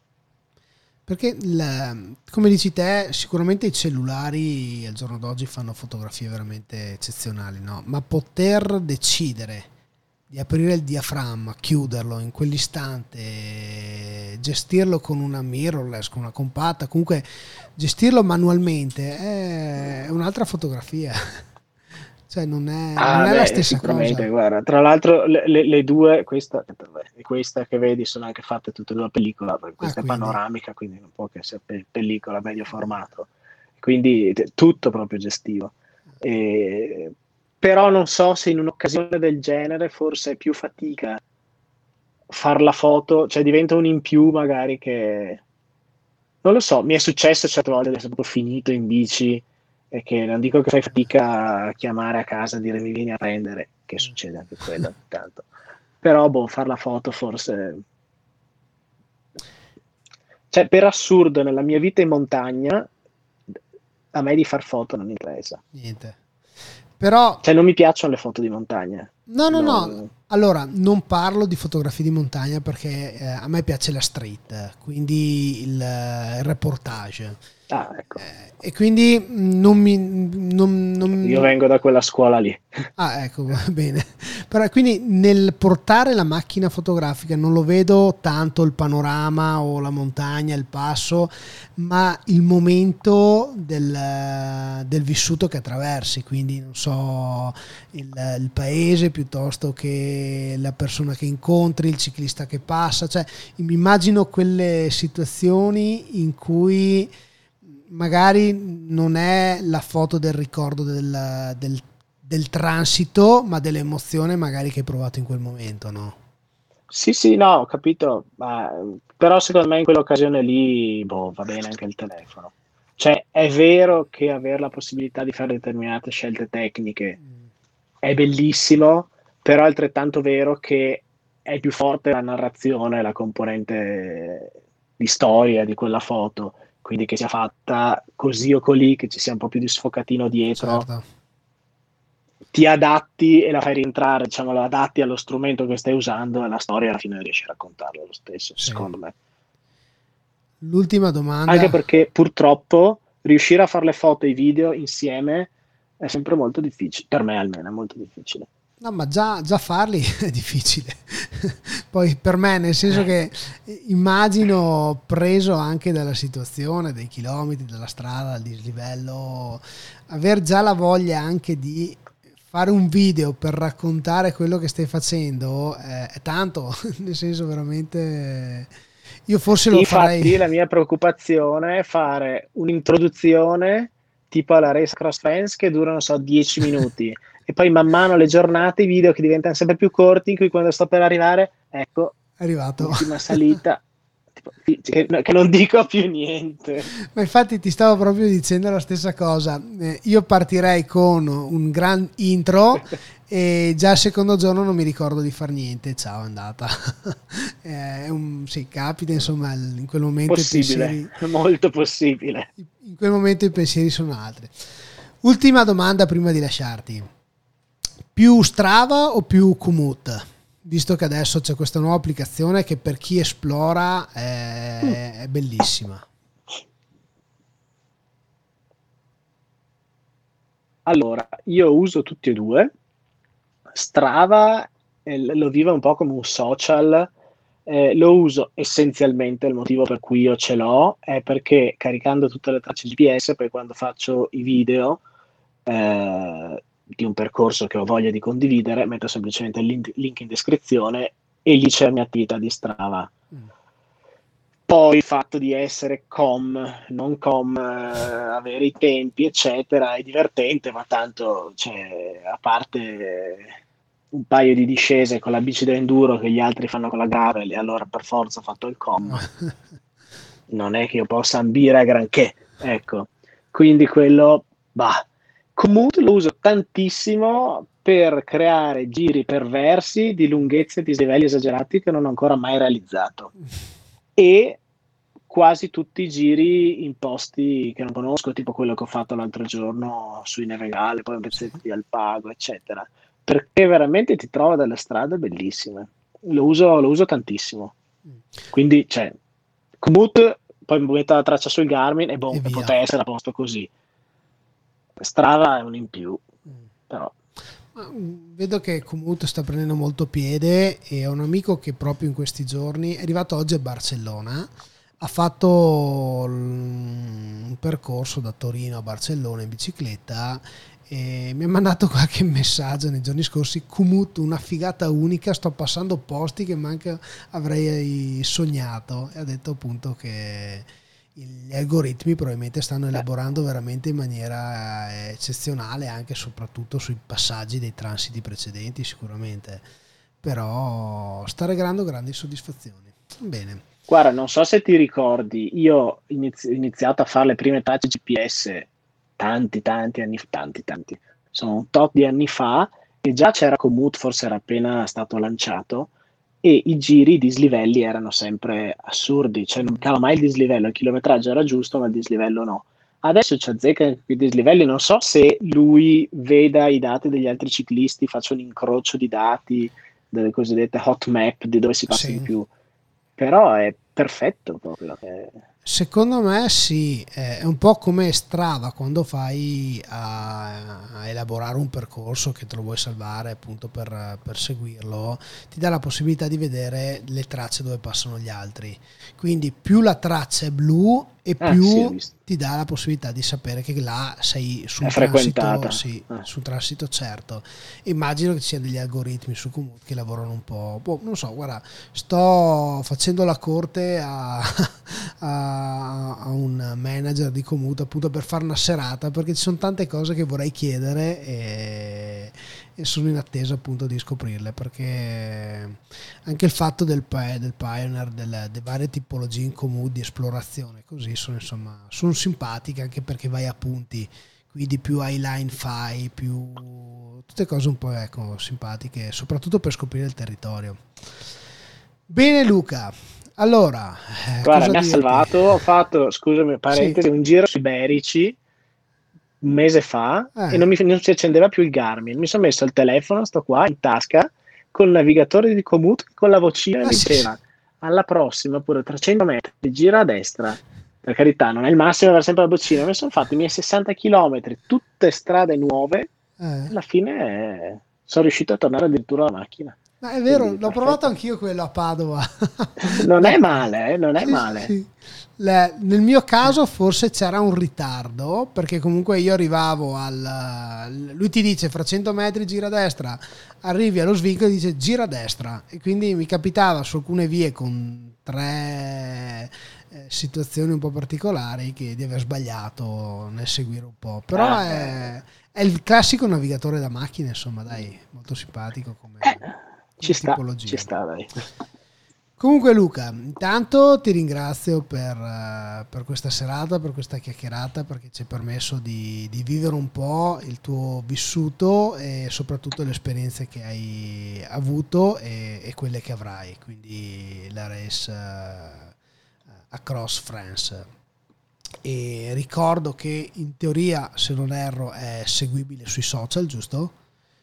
Perché come dici te, sicuramente i cellulari al giorno d'oggi fanno fotografie veramente eccezionali, no? Ma poter decidere di aprire il diaframma, chiuderlo in quell'istante, gestirlo con una mirrorless, con una compatta, comunque gestirlo manualmente è un'altra fotografia. Cioè non Ah, è la beh, stessa sicuramente, cosa. guarda, tra l'altro le due, questa e questa che vedi sono anche fatte tutte e due a pellicola, perché Ah, questa è quindi. panoramica, quindi non può che sia pellicola medio formato, quindi tutto proprio gestivo. E- Però non so se in un'occasione del genere forse è più fatica far la foto, cioè diventa un in più magari che... Non lo so, mi è successo certe volte di essere proprio finito in bici e che non dico che fai fatica a chiamare a casa e dire mi vieni a prendere, che succede anche quello ogni tanto. Però, boh, far la foto forse... Cioè, per assurdo, nella mia vita in montagna, a me di far foto non mi interessa. Niente. Però Cioè, non mi piacciono le foto di montagna. no, no, no. Non... Allora, non parlo di fotografie di montagna perché a me piace la street, quindi il reportage. Ah, ecco. E quindi non mi... Io vengo da quella scuola lì. Ah, ecco, va bene. Però quindi nel portare la macchina fotografica non lo vedo tanto il panorama o la montagna, il passo, ma il momento del vissuto che attraversi, quindi non so, il paese piuttosto che la persona che incontri, il ciclista che passa, cioè mi immagino quelle situazioni in cui magari non è la foto del ricordo del transito, ma dell'emozione magari che hai provato in quel momento, no? Sì, sì, no, ho capito, però secondo me in quell'occasione lì, boh, va bene anche il telefono. Cioè, è vero che avere la possibilità di fare determinate scelte tecniche è bellissimo, però è altrettanto vero che è più forte la narrazione, la componente di storia di quella foto, quindi che sia fatta così o colì, che ci sia un po' più di sfocatino dietro, Certo. ti adatti e la fai rientrare, diciamo, la adatti allo strumento che stai usando e la storia alla fine riesci a raccontarla lo stesso, Sì. secondo me. L'ultima Anche domanda. perché purtroppo riuscire a fare le foto e i video insieme è sempre molto difficile, per me almeno è molto difficile. No, ma già farli è difficile. Poi per me, nel senso che immagino, preso anche dalla situazione, dai chilometri, dalla strada, dal dislivello, aver già la voglia anche di fare un video per raccontare quello che stai facendo è tanto, nel senso veramente io forse lo farei. Infatti, la mia preoccupazione è fare un'introduzione tipo alla Race Cross Fans che dura, non so, 10 minuti e poi man mano le giornate, i video che diventano sempre più corti, in cui quando sto per arrivare, ecco, È arrivato. ultima salita, tipo, che non dico più niente. Ma infatti ti stavo proprio dicendo la stessa cosa. Io partirei con un gran intro e già il secondo giorno non mi ricordo di far niente. Ciao, è andata. Sì, capita, insomma, in quel momento i Possibile, pensieri, molto possibile. in quel momento i pensieri sono altri. Ultima domanda prima di lasciarti. Più Strava o più Komoot? Visto che adesso c'è questa nuova applicazione che per chi esplora è bellissima. Allora, io uso tutti e due. Strava lo vivo un po' come un social, lo uso essenzialmente, il motivo per cui io ce l'ho è perché caricando tutte le tracce GPS, poi quando faccio i video di un percorso che ho voglia di condividere, metto semplicemente il link in descrizione e lì c'è la mia attività di Strava. Poi il fatto di essere non avere i tempi, eccetera, è divertente, ma tanto, cioè, a parte un paio di discese con la bici da enduro che gli altri fanno con la gravel, e allora per forza ho fatto il non è che io possa ambire a granché, ecco. Quindi quello, bah. Comunque lo uso tantissimo per creare giri perversi di lunghezze e dislivelli esagerati che non ho ancora mai realizzato. E quasi tutti i giri in posti che non conosco, tipo quello che ho fatto l'altro giorno sui Nevegale, poi un pezzetto di Alpago, eccetera. Perché veramente ti trova delle strade bellissime. Lo uso tantissimo. Quindi, cioè, Komoot poi metto la traccia sul Garmin e boh, E via. poteva essere a posto così. Strava è un in più, però Vedo che Komoot sta prendendo molto piede e ho un amico che proprio in questi giorni è arrivato oggi a Barcellona, ha fatto un percorso da Torino a Barcellona in bicicletta e mi ha mandato qualche messaggio nei giorni scorsi: Komoot, una figata unica, sto passando posti che manca avrei sognato, e ha detto appunto che gli algoritmi probabilmente stanno elaborando veramente in maniera eccezionale, anche e soprattutto sui passaggi dei transiti precedenti sicuramente, però sta regalando grandi soddisfazioni. Bene. guarda, non so se ti ricordi, io ho iniziato a fare le prime tracce GPS tanti anni, tanti, sono un tot di anni fa, e già c'era Komoot, forse era appena stato lanciato, e i giri, i dislivelli erano sempre assurdi, cioè non cala mai il dislivello, il chilometraggio era giusto, ma il dislivello no. Adesso ci azzecca i dislivelli, non so se lui veda i dati degli altri ciclisti, faccia un incrocio di dati, delle cosiddette hot map, di dove si passa di Sì. più, però è perfetto proprio. Secondo me sì, è un po' come Strava quando fai a elaborare un percorso che te lo vuoi salvare appunto per seguirlo, ti dà la possibilità di vedere le tracce dove passano gli altri. Quindi più la traccia è blu e Sì, ho più visto. ti dà la possibilità di sapere che là sei su È un transito, frequentata. sì, su un transito certo. Immagino che ci siano degli algoritmi su Komoot che lavorano un po', boh, non so, guarda, sto facendo la corte a un manager di Komoot appunto per fare una serata, perché ci sono tante cose che vorrei chiedere e sono in attesa appunto di scoprirle, perché anche il fatto del Pioneer, delle varie tipologie in Komoot di esplorazione così sono, insomma, sono simpatiche, anche perché vai a punti, quindi più highline fai, più tutte cose un po' ecco, simpatiche, soprattutto per scoprire il territorio. Bene Luca, allora Guarda, cosa mi ha dirti? salvato, ho fatto, scusami, Sì, parentesi, un giro sui Berici un mese fa e eh, non si accendeva più il Garmin. Mi sono messo il telefono, sto qua in tasca, col navigatore di Komoot, con la vocina e mi sì, sì. diceva alla prossima, pure 300 metri, gira a destra. Per carità, non è il massimo avere sempre la vocina, mi sono fatto i miei 60 km, tutte strade nuove, e Eh. alla fine sono riuscito a tornare addirittura alla macchina. Ma è vero, Quindi l'ho provato perfetto. anch'io quello a Padova. Non è Da- male, non è sì, male. sì. Nel mio caso forse c'era un ritardo, perché comunque io arrivavo lui ti dice fra 100 metri gira a destra, arrivi allo svincolo e dice gira a destra, e quindi mi capitava su alcune vie con tre situazioni un po' particolari di aver sbagliato nel seguire un po', però è il classico navigatore da macchina, insomma, dai, molto simpatico Eh, come tipologia. ci sta, dai. Comunque Luca, intanto ti ringrazio per questa serata, per questa chiacchierata, perché ci hai permesso di vivere un po' il tuo vissuto e soprattutto le esperienze che hai avuto e quelle che avrai, quindi la race Across France. E ricordo che in teoria, se non erro, è seguibile sui social, giusto?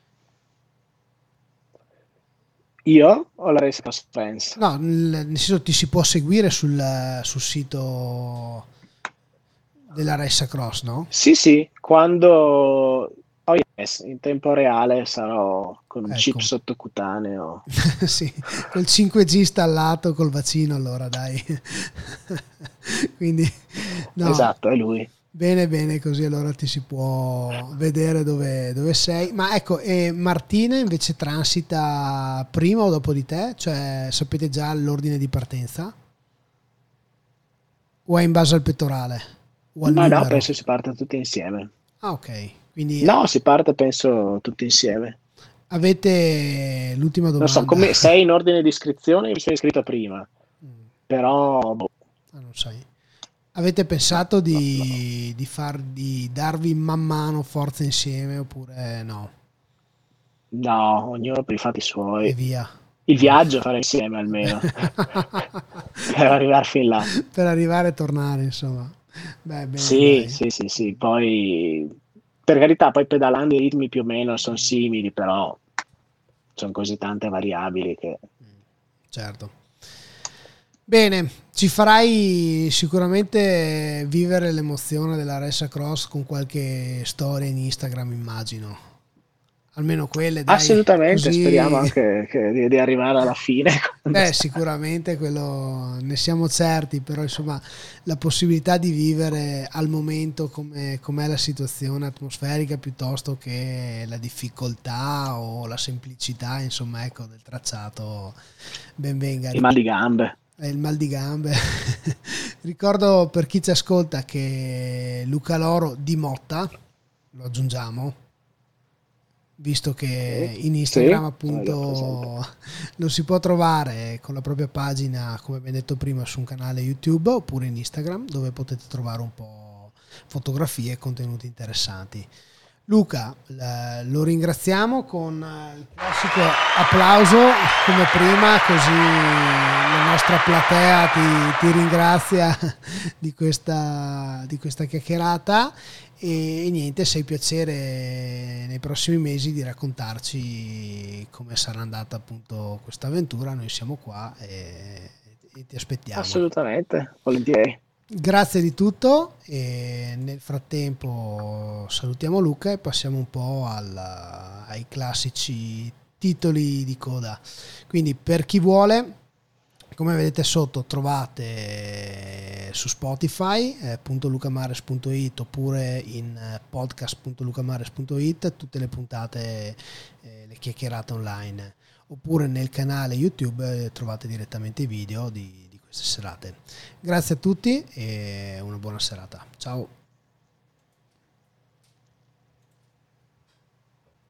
Io ho la Race Cross Friends. No, nel senso ti si può seguire sul sito della Race Across, no? Sì, quando oh yes, in tempo reale sarò con un chip Ecco, sottocutaneo. sì, col 5G installato col vaccino, allora dai. Quindi, no, Esatto, è lui. bene, così allora ti si può vedere dove sei. Ma ecco, e Martina invece transita prima o dopo di te? Cioè, sapete già l'ordine di partenza? O è in base al pettorale? O al Ma no, numero? penso si parta tutti insieme. Ah, ok. Quindi No, si parte penso tutti insieme. avete l'ultima Non so, domanda. come sei in ordine di iscrizione, mi sono iscritto prima, Mm, però boh, non sai. Avete no, pensato no. di darvi man mano forza insieme oppure no? No, ognuno per i fatti E suoi. via. Il Boh. viaggio fare insieme almeno, per arrivare fin là. Per arrivare e tornare, insomma. Beh, bene, Sì, dai. sì, sì, sì, poi per carità, poi pedalando i ritmi più o meno sono simili, però sono così tante variabili che Certo. Bene, Ci farai sicuramente vivere l'emozione della Ressa Cross con qualche storia in Instagram, immagino. Almeno quelle, dai, Assolutamente, speriamo così. anche di arrivare alla fine. Beh, sicuramente quello ne siamo certi, però insomma la possibilità di vivere al momento com'è la situazione atmosferica piuttosto che la difficoltà o la semplicità, insomma, ecco, del tracciato, ben venga. Il mal di gambe. Il mal di gambe. Ricordo per chi ci ascolta che Luca Loro di Motta, lo aggiungiamo, visto che in Instagram Sì, l'ho presente. appunto lo si può trovare con la propria pagina, come abbiamo detto prima, su un canale YouTube oppure in Instagram, dove potete trovare un po' fotografie e contenuti interessanti. Luca, lo ringraziamo con il classico applauso come prima, così la nostra platea ti ringrazia di questa chiacchierata e niente, se hai piacere nei prossimi mesi di raccontarci come sarà andata appunto questa avventura, noi siamo qua e ti aspettiamo. Assolutamente, volentieri. Grazie di tutto e nel frattempo salutiamo Luca e passiamo un po' ai classici titoli di coda. Quindi per chi vuole, come vedete sotto trovate su Spotify .lucamares.it oppure in podcast.lucamares.it tutte le puntate, le chiacchierate online, oppure nel canale YouTube trovate direttamente i video di queste serate. Grazie a tutti e una buona serata. Ciao.